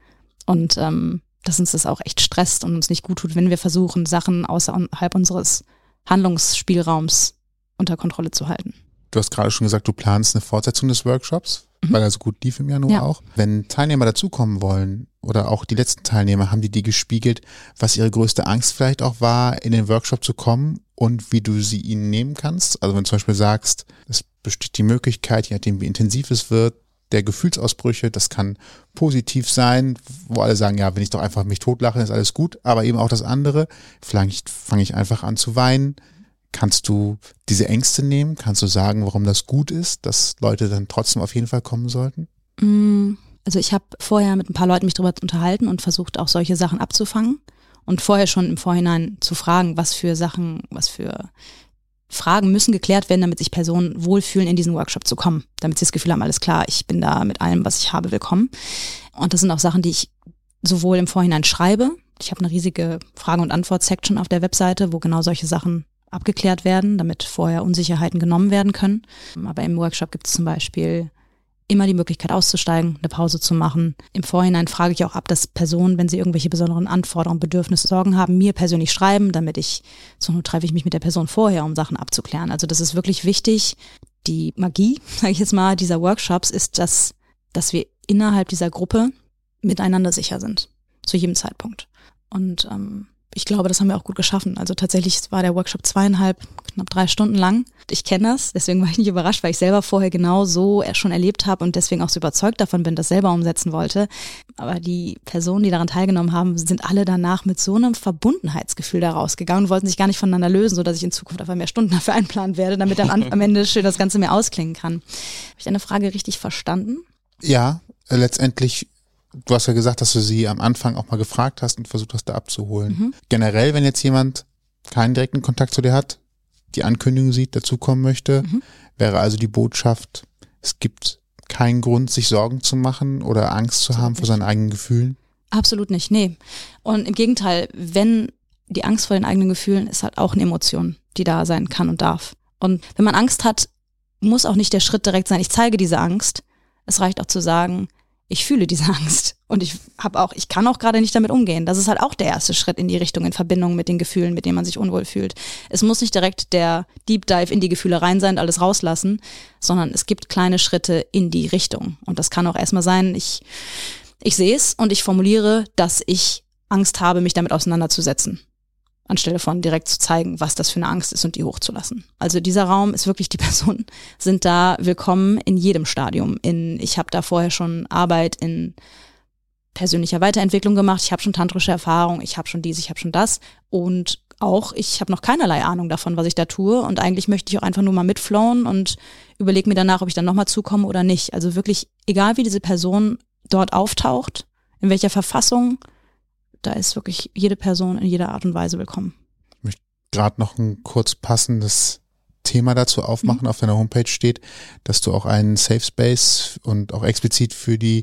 Und dass uns das auch echt stresst und uns nicht gut tut, wenn wir versuchen, Sachen außerhalb unseres Handlungsspielraums unter Kontrolle zu halten. Du hast gerade schon gesagt, du planst eine Fortsetzung des Workshops, weil er so gut lief im Januar auch. Wenn Teilnehmer dazukommen wollen oder auch die letzten Teilnehmer, haben die dir gespiegelt, was ihre größte Angst vielleicht auch war, in den Workshop zu kommen und wie du sie ihnen nehmen kannst? Also wenn du zum Beispiel sagst, es besteht die Möglichkeit, je nachdem wie intensiv es wird, der Gefühlsausbrüche, das kann positiv sein, wo alle sagen, ja, wenn ich doch einfach mich totlache, ist alles gut, aber eben auch das andere, vielleicht fange ich einfach an zu weinen. Kannst du diese Ängste nehmen? Kannst du sagen, warum das gut ist, dass Leute dann trotzdem auf jeden Fall kommen sollten? Also ich habe vorher mit ein paar Leuten mich darüber unterhalten und versucht auch solche Sachen abzufangen und vorher schon im Vorhinein zu fragen, was für Fragen müssen geklärt werden, damit sich Personen wohlfühlen, in diesen Workshop zu kommen, damit sie das Gefühl haben, alles klar, ich bin da mit allem, was ich habe, willkommen. Und das sind auch Sachen, die ich sowohl im Vorhinein schreibe. Ich habe eine riesige Frage- und Antwort-Section auf der Webseite, wo genau solche Sachen abgeklärt werden, damit vorher Unsicherheiten genommen werden können. Aber im Workshop gibt es zum Beispiel immer die Möglichkeit auszusteigen, eine Pause zu machen. Im Vorhinein frage ich auch ab, dass Personen, wenn sie irgendwelche besonderen Anforderungen, Bedürfnisse, Sorgen haben, mir persönlich schreiben, zur Not treffe ich mich mit der Person vorher, um Sachen abzuklären. Also das ist wirklich wichtig. Die Magie, sage ich jetzt mal, dieser Workshops ist, dass wir innerhalb dieser Gruppe miteinander sicher sind, zu jedem Zeitpunkt. Und ich glaube, das haben wir auch gut geschaffen. Also tatsächlich war der Workshop 2,5, knapp 3 Stunden lang. Ich kenne das, deswegen war ich nicht überrascht, weil ich selber vorher genau so schon erlebt habe und deswegen auch so überzeugt davon bin, das selber umsetzen wollte. Aber die Personen, die daran teilgenommen haben, sind alle danach mit so einem Verbundenheitsgefühl da rausgegangen und wollten sich gar nicht voneinander lösen, sodass ich in Zukunft einfach mehr Stunden dafür einplanen werde, damit dann am Ende schön das Ganze mehr ausklingen kann. Habe ich deine Frage richtig verstanden? Ja, letztendlich. Du hast ja gesagt, dass du sie am Anfang auch mal gefragt hast und versucht hast, da abzuholen. Generell, wenn jetzt jemand keinen direkten Kontakt zu dir hat, die Ankündigung sieht, dazukommen möchte, wäre also die Botschaft, es gibt keinen Grund, sich Sorgen zu machen oder Angst zu haben vor seinen eigenen Gefühlen? Absolut nicht, nee. Und im Gegenteil, wenn die Angst vor den eigenen Gefühlen ist halt auch eine Emotion, die da sein kann und darf. Und wenn man Angst hat, muss auch nicht der Schritt direkt sein, ich zeige diese Angst. Es reicht auch zu sagen, ich fühle diese Angst und ich kann auch gerade nicht damit umgehen. Das ist halt auch der erste Schritt in die Richtung, in Verbindung mit den Gefühlen, mit denen man sich unwohl fühlt. Es muss nicht direkt der Deep Dive in die Gefühle rein sein und alles rauslassen, sondern es gibt kleine Schritte in die Richtung. Und das kann auch erstmal sein, ich sehe es und ich formuliere, dass ich Angst habe, mich damit auseinanderzusetzen, anstelle von direkt zu zeigen, was das für eine Angst ist und die hochzulassen. Also dieser Raum ist wirklich, die Personen sind da willkommen in jedem Stadium. Ich habe da vorher schon Arbeit in persönlicher Weiterentwicklung gemacht, ich habe schon tantrische Erfahrung, ich habe schon dies, ich habe schon das und auch, ich habe noch keinerlei Ahnung davon, was ich da tue und eigentlich möchte ich auch einfach nur mal mitflowen und überlege mir danach, ob ich dann nochmal zukomme oder nicht. Also wirklich, egal wie diese Person dort auftaucht, in welcher Verfassung, da ist wirklich jede Person in jeder Art und Weise willkommen. Ich möchte gerade noch ein kurz passendes Thema dazu aufmachen. Auf deiner Homepage steht, dass du auch einen Safe Space und auch explizit für die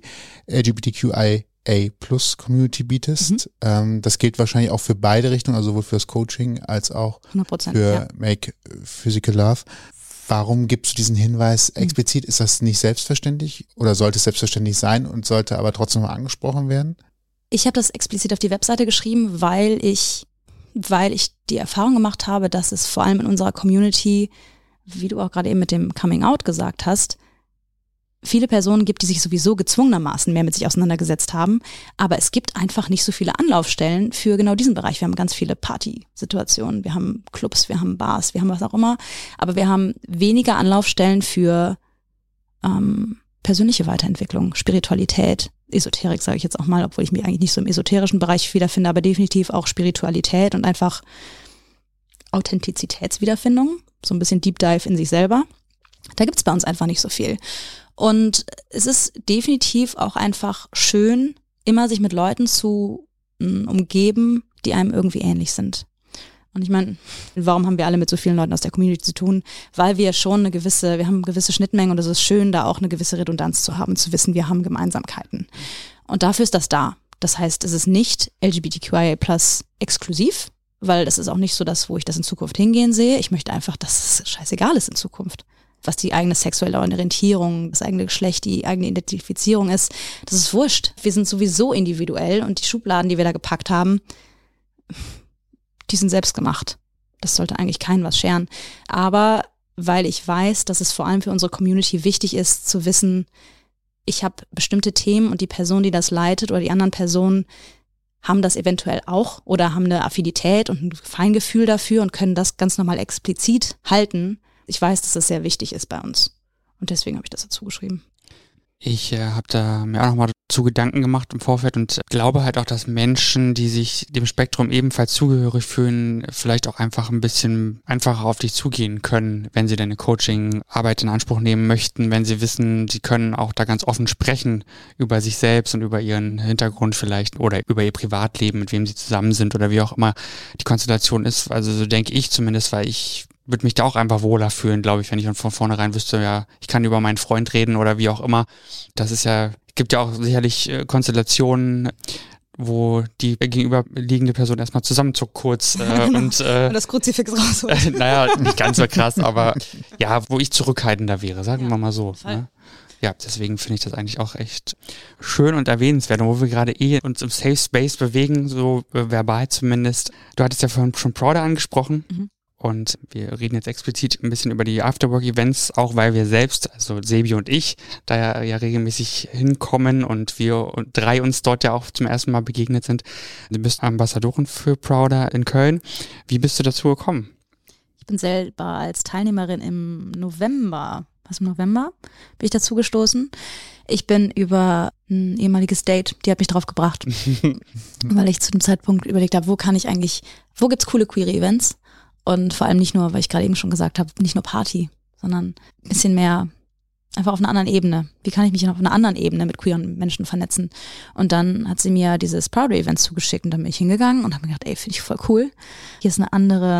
LGBTQIA+ Community bietest. Das gilt wahrscheinlich auch für beide Richtungen, also sowohl fürs Coaching als auch 100%, für Make Physical Love. Warum gibst du diesen Hinweis explizit? Ist das nicht selbstverständlich oder sollte es selbstverständlich sein und sollte aber trotzdem mal angesprochen werden? Ich habe das explizit auf die Webseite geschrieben, weil ich die Erfahrung gemacht habe, dass es vor allem in unserer Community, wie du auch gerade eben mit dem Coming Out gesagt hast, viele Personen gibt, die sich sowieso gezwungenermaßen mehr mit sich auseinandergesetzt haben, aber es gibt einfach nicht so viele Anlaufstellen für genau diesen Bereich. Wir haben ganz viele Partysituationen, wir haben Clubs, wir haben Bars, wir haben was auch immer, aber wir haben weniger Anlaufstellen für persönliche Weiterentwicklung, Spiritualität, Esoterik sage ich jetzt auch mal, obwohl ich mich eigentlich nicht so im esoterischen Bereich wiederfinde, aber definitiv auch Spiritualität und einfach Authentizitätswiederfindung, so ein bisschen Deep Dive in sich selber. Da gibt's bei uns einfach nicht so viel. Und es ist definitiv auch einfach schön, immer sich mit Leuten zu umgeben, die einem irgendwie ähnlich sind. Und ich meine, warum haben wir alle mit so vielen Leuten aus der Community zu tun? Weil wir schon wir haben gewisse Schnittmengen und es ist schön, da auch eine gewisse Redundanz zu haben, zu wissen, wir haben Gemeinsamkeiten. Und dafür ist das da. Das heißt, es ist nicht LGBTQIA+ exklusiv, weil das ist auch nicht so das, wo ich das in Zukunft hingehen sehe. Ich möchte einfach, dass es scheißegal ist in Zukunft. Was die eigene sexuelle Orientierung, das eigene Geschlecht, die eigene Identifizierung ist, das ist wurscht. Wir sind sowieso individuell und die Schubladen, die wir da gepackt haben, die sind selbst gemacht. Das sollte eigentlich keinen was scheren. Aber weil ich weiß, dass es vor allem für unsere Community wichtig ist, zu wissen, ich habe bestimmte Themen und die Person, die das leitet oder die anderen Personen haben das eventuell auch oder haben eine Affinität und ein Feingefühl dafür und können das ganz normal explizit halten. Ich weiß, dass das sehr wichtig ist bei uns. Und deswegen habe ich das dazu geschrieben. Ich habe da mir auch nochmal zu Gedanken gemacht im Vorfeld und glaube halt auch, dass Menschen, die sich dem Spektrum ebenfalls zugehörig fühlen, vielleicht auch einfach ein bisschen einfacher auf dich zugehen können, wenn sie deine Coaching-Arbeit in Anspruch nehmen möchten, wenn sie wissen, sie können auch da ganz offen sprechen über sich selbst und über ihren Hintergrund vielleicht oder über ihr Privatleben, mit wem sie zusammen sind oder wie auch immer die Konstellation ist. Also so denke ich zumindest, weil ich würde mich da auch einfach wohler fühlen, glaube ich, wenn ich von vornherein wüsste, ja, ich kann über meinen Freund reden oder wie auch immer. Das ist ja, gibt ja auch sicherlich Konstellationen, wo die gegenüberliegende Person erstmal zusammenzuckt kurz Genau. und das Kruzifix rausholt. naja, nicht ganz so krass, aber ja, wo ich zurückhaltender wäre, sagen wir mal so. Ne? Ja, deswegen finde ich das eigentlich auch echt schön und erwähnenswert, und wo wir gerade uns im Safe Space bewegen, so verbal zumindest. Du hattest ja vorhin schon Prouder angesprochen. Mhm. Und wir reden jetzt explizit ein bisschen über die Afterwork-Events, auch weil wir selbst, also Sebi und ich, da ja regelmäßig hinkommen und wir drei uns dort ja auch zum ersten Mal begegnet sind. Du bist Ambassadorin für Prouder in Köln. Wie bist du dazu gekommen? Ich bin selber als Teilnehmerin im November bin ich dazu gestoßen. Ich bin über ein ehemaliges Date, die hat mich drauf gebracht, weil ich zu dem Zeitpunkt überlegt habe, wo gibt's coole Queer-Events? Und vor allem nicht nur, weil ich gerade eben schon gesagt habe, nicht nur Party, sondern ein bisschen mehr einfach auf einer anderen Ebene. Wie kann ich mich auf einer anderen Ebene mit queeren Menschen vernetzen? Und dann hat sie mir dieses Prouder-Event zugeschickt und dann bin ich hingegangen und habe mir gedacht, ey, finde ich voll cool. Hier ist ein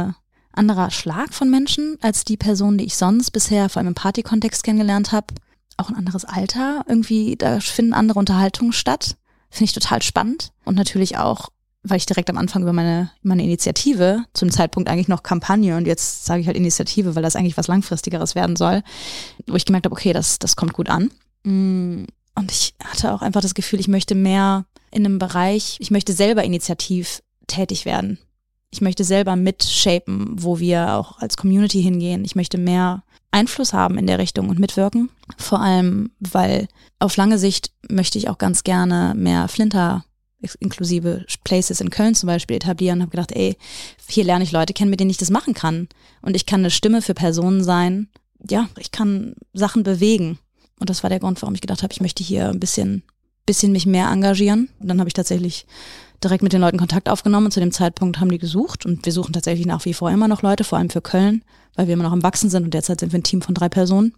anderer Schlag von Menschen als die Personen, die ich sonst bisher vor allem im Party-Kontext kennengelernt habe. Auch ein anderes Alter, irgendwie, da finden andere Unterhaltungen statt. finde ich total spannend und natürlich auch, weil ich direkt am Anfang über meine Initiative, zu dem Zeitpunkt eigentlich noch Kampagne und jetzt sage ich halt Initiative, weil das eigentlich was Langfristigeres werden soll, wo ich gemerkt habe, okay, das kommt gut an. Und ich hatte auch einfach das Gefühl, ich möchte mehr in einem Bereich, ich möchte selber initiativ tätig werden. Ich möchte selber mitshapen, wo wir auch als Community hingehen. Ich möchte mehr Einfluss haben in der Richtung und mitwirken. Vor allem, weil auf lange Sicht möchte ich auch ganz gerne mehr Flinter inklusive Places in Köln zum Beispiel etablieren. Habe gedacht, hier lerne ich Leute kennen, mit denen ich das machen kann. Und ich kann eine Stimme für Personen sein. Ja, ich kann Sachen bewegen. Und das war der Grund, warum ich gedacht habe, ich möchte hier ein bisschen mich mehr engagieren. Und dann habe ich tatsächlich direkt mit den Leuten Kontakt aufgenommen und zu dem Zeitpunkt haben die gesucht und wir suchen tatsächlich nach wie vor immer noch Leute, vor allem für Köln, weil wir immer noch am Wachsen sind und derzeit sind wir ein Team von 3 Personen.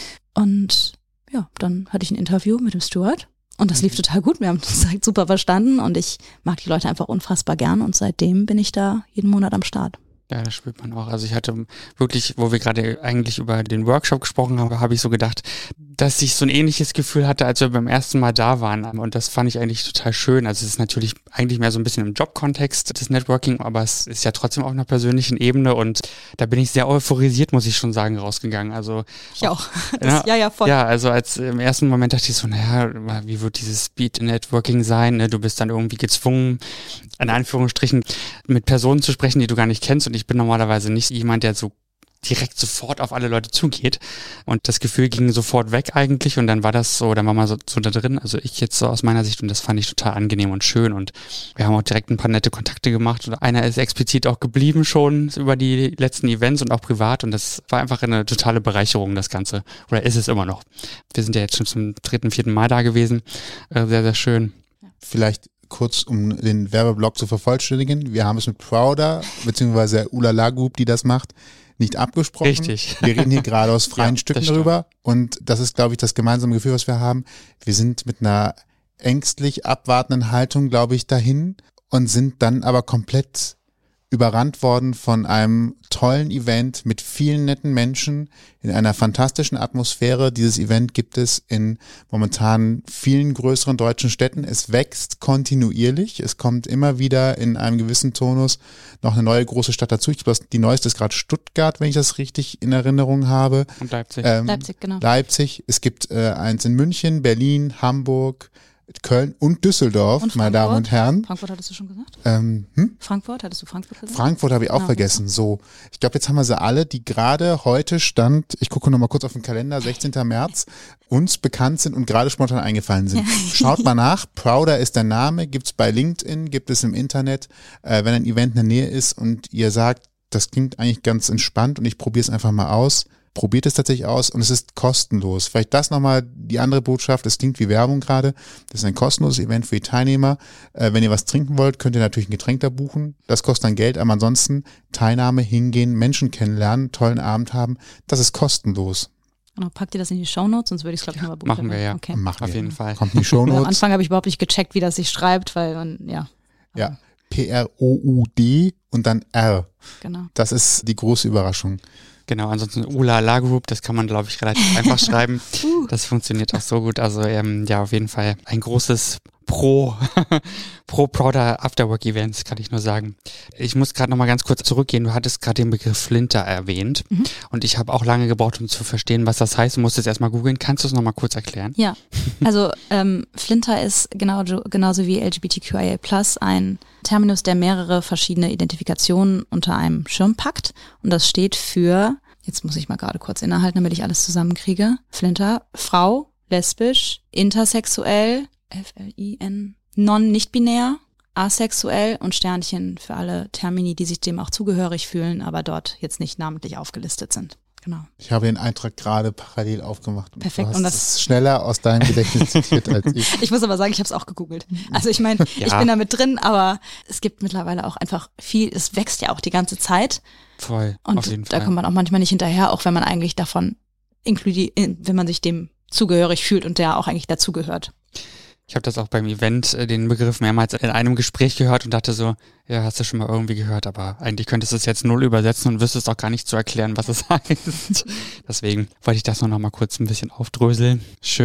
Und ja, dann hatte ich ein Interview mit dem Stuart und das lief total gut. Wir haben uns direkt super verstanden und ich mag die Leute einfach unfassbar gern und seitdem bin ich da jeden Monat am Start. Ja, das spürt man auch. Also ich hatte wirklich, wo wir gerade eigentlich über den Workshop gesprochen haben, habe ich so gedacht, dass ich so ein ähnliches Gefühl hatte, als wir beim ersten Mal da waren. Und das fand ich eigentlich total schön. Also es ist natürlich eigentlich mehr so ein bisschen im Jobkontext des Networking, aber es ist ja trotzdem auf einer persönlichen Ebene und da bin ich sehr euphorisiert, muss ich schon sagen, rausgegangen. Also ich auch. Ja, voll. Ja, also als im ersten Moment dachte ich so, naja, wie wird dieses Speed Networking sein? Ne? Du bist dann irgendwie gezwungen, in Anführungsstrichen, mit Personen zu sprechen, die du gar nicht kennst. Und ich bin normalerweise nicht jemand, der so direkt sofort auf alle Leute zugeht. Und das Gefühl ging sofort weg eigentlich. Und dann war das so, dann war man so da drin. Also ich jetzt so aus meiner Sicht. Und das fand ich total angenehm und schön. Und wir haben auch direkt ein paar nette Kontakte gemacht. Und einer ist explizit auch geblieben schon über die letzten Events und auch privat. Und das war einfach eine totale Bereicherung, das Ganze. Oder ist es immer noch. Wir sind ja jetzt schon zum 3., 4. Mal da gewesen. Sehr, sehr schön. Vielleicht kurz, um den Werbeblock zu vervollständigen. Wir haben es mit Prouder, beziehungsweise Ulala Group, die das macht, nicht abgesprochen. Richtig. Wir reden hier gerade aus freien Stücken stimmt. drüber. Und das ist, glaube ich, das gemeinsame Gefühl, was wir haben. Wir sind mit einer ängstlich abwartenden Haltung, glaube ich, dahin und sind dann aber komplett überrannt worden von einem tollen Event mit vielen netten Menschen in einer fantastischen Atmosphäre. Dieses Event gibt es in momentan vielen größeren deutschen Städten. Es wächst kontinuierlich. Es kommt immer wieder in einem gewissen Tonus noch eine neue große Stadt dazu. Ich glaube, die neueste ist gerade Stuttgart, wenn ich das richtig in Erinnerung habe. Und Leipzig. Leipzig, genau. Leipzig. Es gibt eins in München, Berlin, Hamburg, Köln und Düsseldorf, und meine Damen und Herren. Frankfurt hattest du schon gesagt? Frankfurt? Hattest du Frankfurt gesagt? Frankfurt habe ich auch vergessen. So, ich glaube, jetzt haben wir sie alle, die gerade heute Stand, ich gucke nochmal kurz auf den Kalender, 16. März, uns bekannt sind und gerade spontan eingefallen sind. Schaut mal nach, Prouder ist der Name, gibt's bei LinkedIn, gibt es im Internet, wenn ein Event in der Nähe ist und ihr sagt, das klingt eigentlich ganz entspannt und ich probiere es einfach mal aus. Probiert es tatsächlich aus und es ist kostenlos. Vielleicht das nochmal die andere Botschaft, es klingt wie Werbung gerade. Das ist ein kostenloses Event für die Teilnehmer. Wenn ihr was trinken wollt, könnt ihr natürlich ein Getränk da buchen. Das kostet dann Geld, aber ansonsten Teilnahme, hingehen, Menschen kennenlernen, tollen Abend haben. Das ist kostenlos. Genau, packt ihr das in die Shownotes, sonst würde ich es, glaube ich, nochmal buchen. Machen wir, ja. Okay. Machen auf jeden Fall. Kommt in die Am Shownotes. Anfang habe ich überhaupt nicht gecheckt, wie das sich schreibt, weil man, ja. Ja, P-R-O-U-D und dann R. Genau. Das ist die große Überraschung. Genau, ansonsten Ulala Group, das kann man, glaube ich, relativ einfach schreiben. Das funktioniert auch so gut. Also ja, auf jeden Fall ein großes Pro Prouder Afterwork Events, kann ich nur sagen. Ich muss gerade nochmal ganz kurz zurückgehen. Du hattest gerade den Begriff Flinter erwähnt und ich habe auch lange gebraucht, um zu verstehen, was das heißt. Du musst es erstmal googeln. Kannst du es nochmal kurz erklären? Ja, also Flinter ist genauso wie LGBTQIA+ ein Terminus, der mehrere verschiedene Identifikationen unter einem Schirm packt und das steht für, jetzt muss ich mal gerade kurz innehalten, damit ich alles zusammenkriege, Flinter, Frau, lesbisch, intersexuell, FLIN, non-nicht-binär, asexuell und Sternchen für alle Termini, die sich dem auch zugehörig fühlen, aber dort jetzt nicht namentlich aufgelistet sind. Genau. Ich habe den Eintrag gerade parallel aufgemacht. Perfekt. Du hast Und das schneller aus deinem Gedächtnis zitiert als ich. Ich muss aber sagen, ich habe es auch gegoogelt. Also ich meine, ich bin da mit drin, aber es gibt mittlerweile auch einfach viel, es wächst ja auch die ganze Zeit. Voll, und auf jeden da Fall. kommt man auch manchmal nicht hinterher, auch wenn man eigentlich davon wenn man sich dem zugehörig fühlt und der auch eigentlich dazugehört. Ich habe das auch beim Event, den Begriff mehrmals in einem Gespräch gehört und dachte so, ja, hast du schon mal irgendwie gehört, aber eigentlich könntest du es jetzt null übersetzen und wüsstest auch gar nicht zu erklären, was es heißt. Deswegen wollte ich das noch mal kurz ein bisschen aufdröseln. Schön.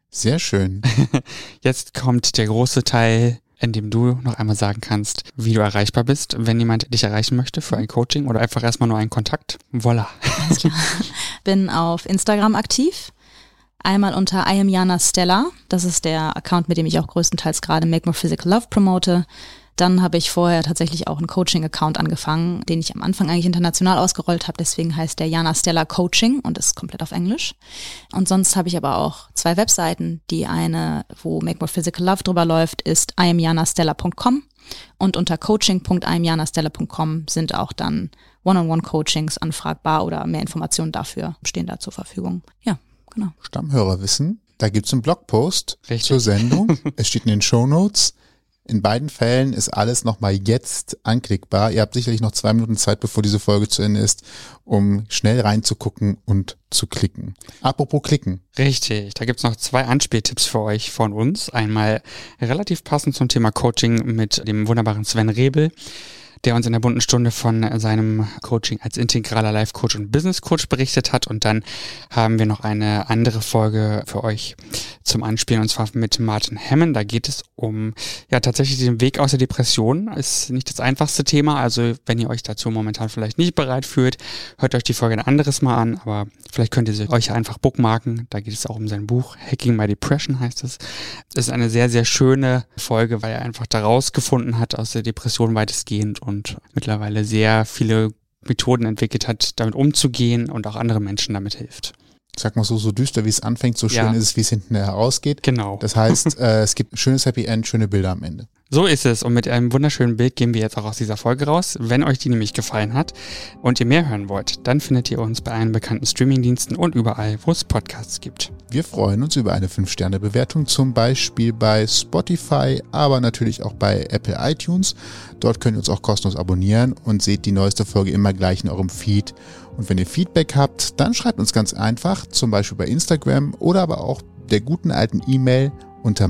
Sehr schön. Jetzt kommt der große Teil, in dem du noch einmal sagen kannst, wie du erreichbar bist, wenn jemand dich erreichen möchte für ein Coaching oder einfach erstmal nur einen Kontakt. Voilà. Alles klar. Bin auf Instagram aktiv. Einmal unter I am Jana Stella. Das ist der Account, mit dem ich auch größtenteils gerade Make More Physical Love promote. Dann habe ich vorher tatsächlich auch einen Coaching-Account angefangen, den ich am Anfang eigentlich international ausgerollt habe. Deswegen heißt der Jana Stella Coaching und ist komplett auf Englisch. Und sonst habe ich aber auch 2 Webseiten. Die eine, wo Make More Physical Love drüber läuft, ist iamjanastella.com. Und unter coaching.iamjanastella.com sind auch dann One-on-One-Coachings anfragbar oder mehr Informationen dafür stehen da zur Verfügung. Ja, genau. Stammhörerwissen, da gibt's einen Blogpost Richtig. zur Sendung. Es steht in den Shownotes. In beiden Fällen ist alles nochmal jetzt anklickbar. Ihr habt sicherlich noch 2 Minuten Zeit, bevor diese Folge zu Ende ist, um schnell reinzugucken und zu klicken. Apropos klicken. Richtig, da gibt's noch 2 Anspieltipps für euch von uns. Einmal relativ passend zum Thema Coaching mit dem wunderbaren Sven Rebel, der uns in der bunten Stunde von seinem Coaching als integraler Life-Coach und Business-Coach berichtet hat. Und dann haben wir noch eine andere Folge für euch zum Anspielen, und zwar mit Martin Hemmen. Da geht es um tatsächlich den Weg aus der Depression. Ist nicht das einfachste Thema. Also wenn ihr euch dazu momentan vielleicht nicht bereit fühlt, hört euch die Folge ein anderes Mal an. Aber vielleicht könnt ihr sie euch einfach bookmarken. Da geht es auch um sein Buch. Hacking My Depression heißt es. Es ist eine sehr, sehr schöne Folge, weil er einfach da rausgefunden hat aus der Depression weitestgehend und mittlerweile sehr viele Methoden entwickelt hat, damit umzugehen und auch andere Menschen damit hilft. Sag mal so düster wie es anfängt, so schön ist es, wie es hinten herausgeht. Genau. Das heißt, es gibt ein schönes Happy End, schöne Bilder am Ende. So ist es, und mit einem wunderschönen Bild gehen wir jetzt auch aus dieser Folge raus. Wenn euch die nämlich gefallen hat und ihr mehr hören wollt, dann findet ihr uns bei allen bekannten Streamingdiensten und überall, wo es Podcasts gibt. Wir freuen uns über eine 5-Sterne-Bewertung, zum Beispiel bei Spotify, aber natürlich auch bei Apple iTunes. Dort könnt ihr uns auch kostenlos abonnieren und seht die neueste Folge immer gleich in eurem Feed. Und wenn ihr Feedback habt, dann schreibt uns ganz einfach, zum Beispiel bei Instagram oder aber auch der guten alten E-Mail unter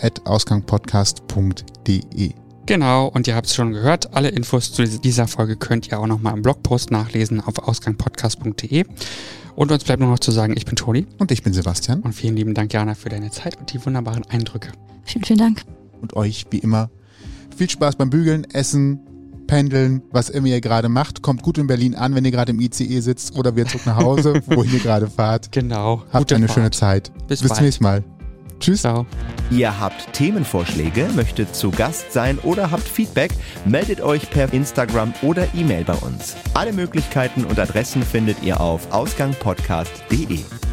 mail@ausgangpodcast.de. Genau, und ihr habt es schon gehört, alle Infos zu dieser Folge könnt ihr auch nochmal im Blogpost nachlesen auf ausgangpodcast.de. Und uns bleibt nur noch zu sagen, ich bin Toni. Und ich bin Sebastian. Und vielen lieben Dank, Jana, für deine Zeit und die wunderbaren Eindrücke. Vielen, vielen Dank. Und euch, wie immer, viel Spaß beim Bügeln, Essen, Pendeln, was immer ihr gerade macht. Kommt gut in Berlin an, wenn ihr gerade im ICE sitzt oder wieder zurück nach Hause, wohin ihr gerade fahrt. Genau. Habt eine schöne Zeit. Bis zum bald. nächsten Mal. Tschüss. Ciao. Ihr habt Themenvorschläge, möchtet zu Gast sein oder habt Feedback, meldet euch per Instagram oder E-Mail bei uns. Alle Möglichkeiten und Adressen findet ihr auf ausgangpodcast.de.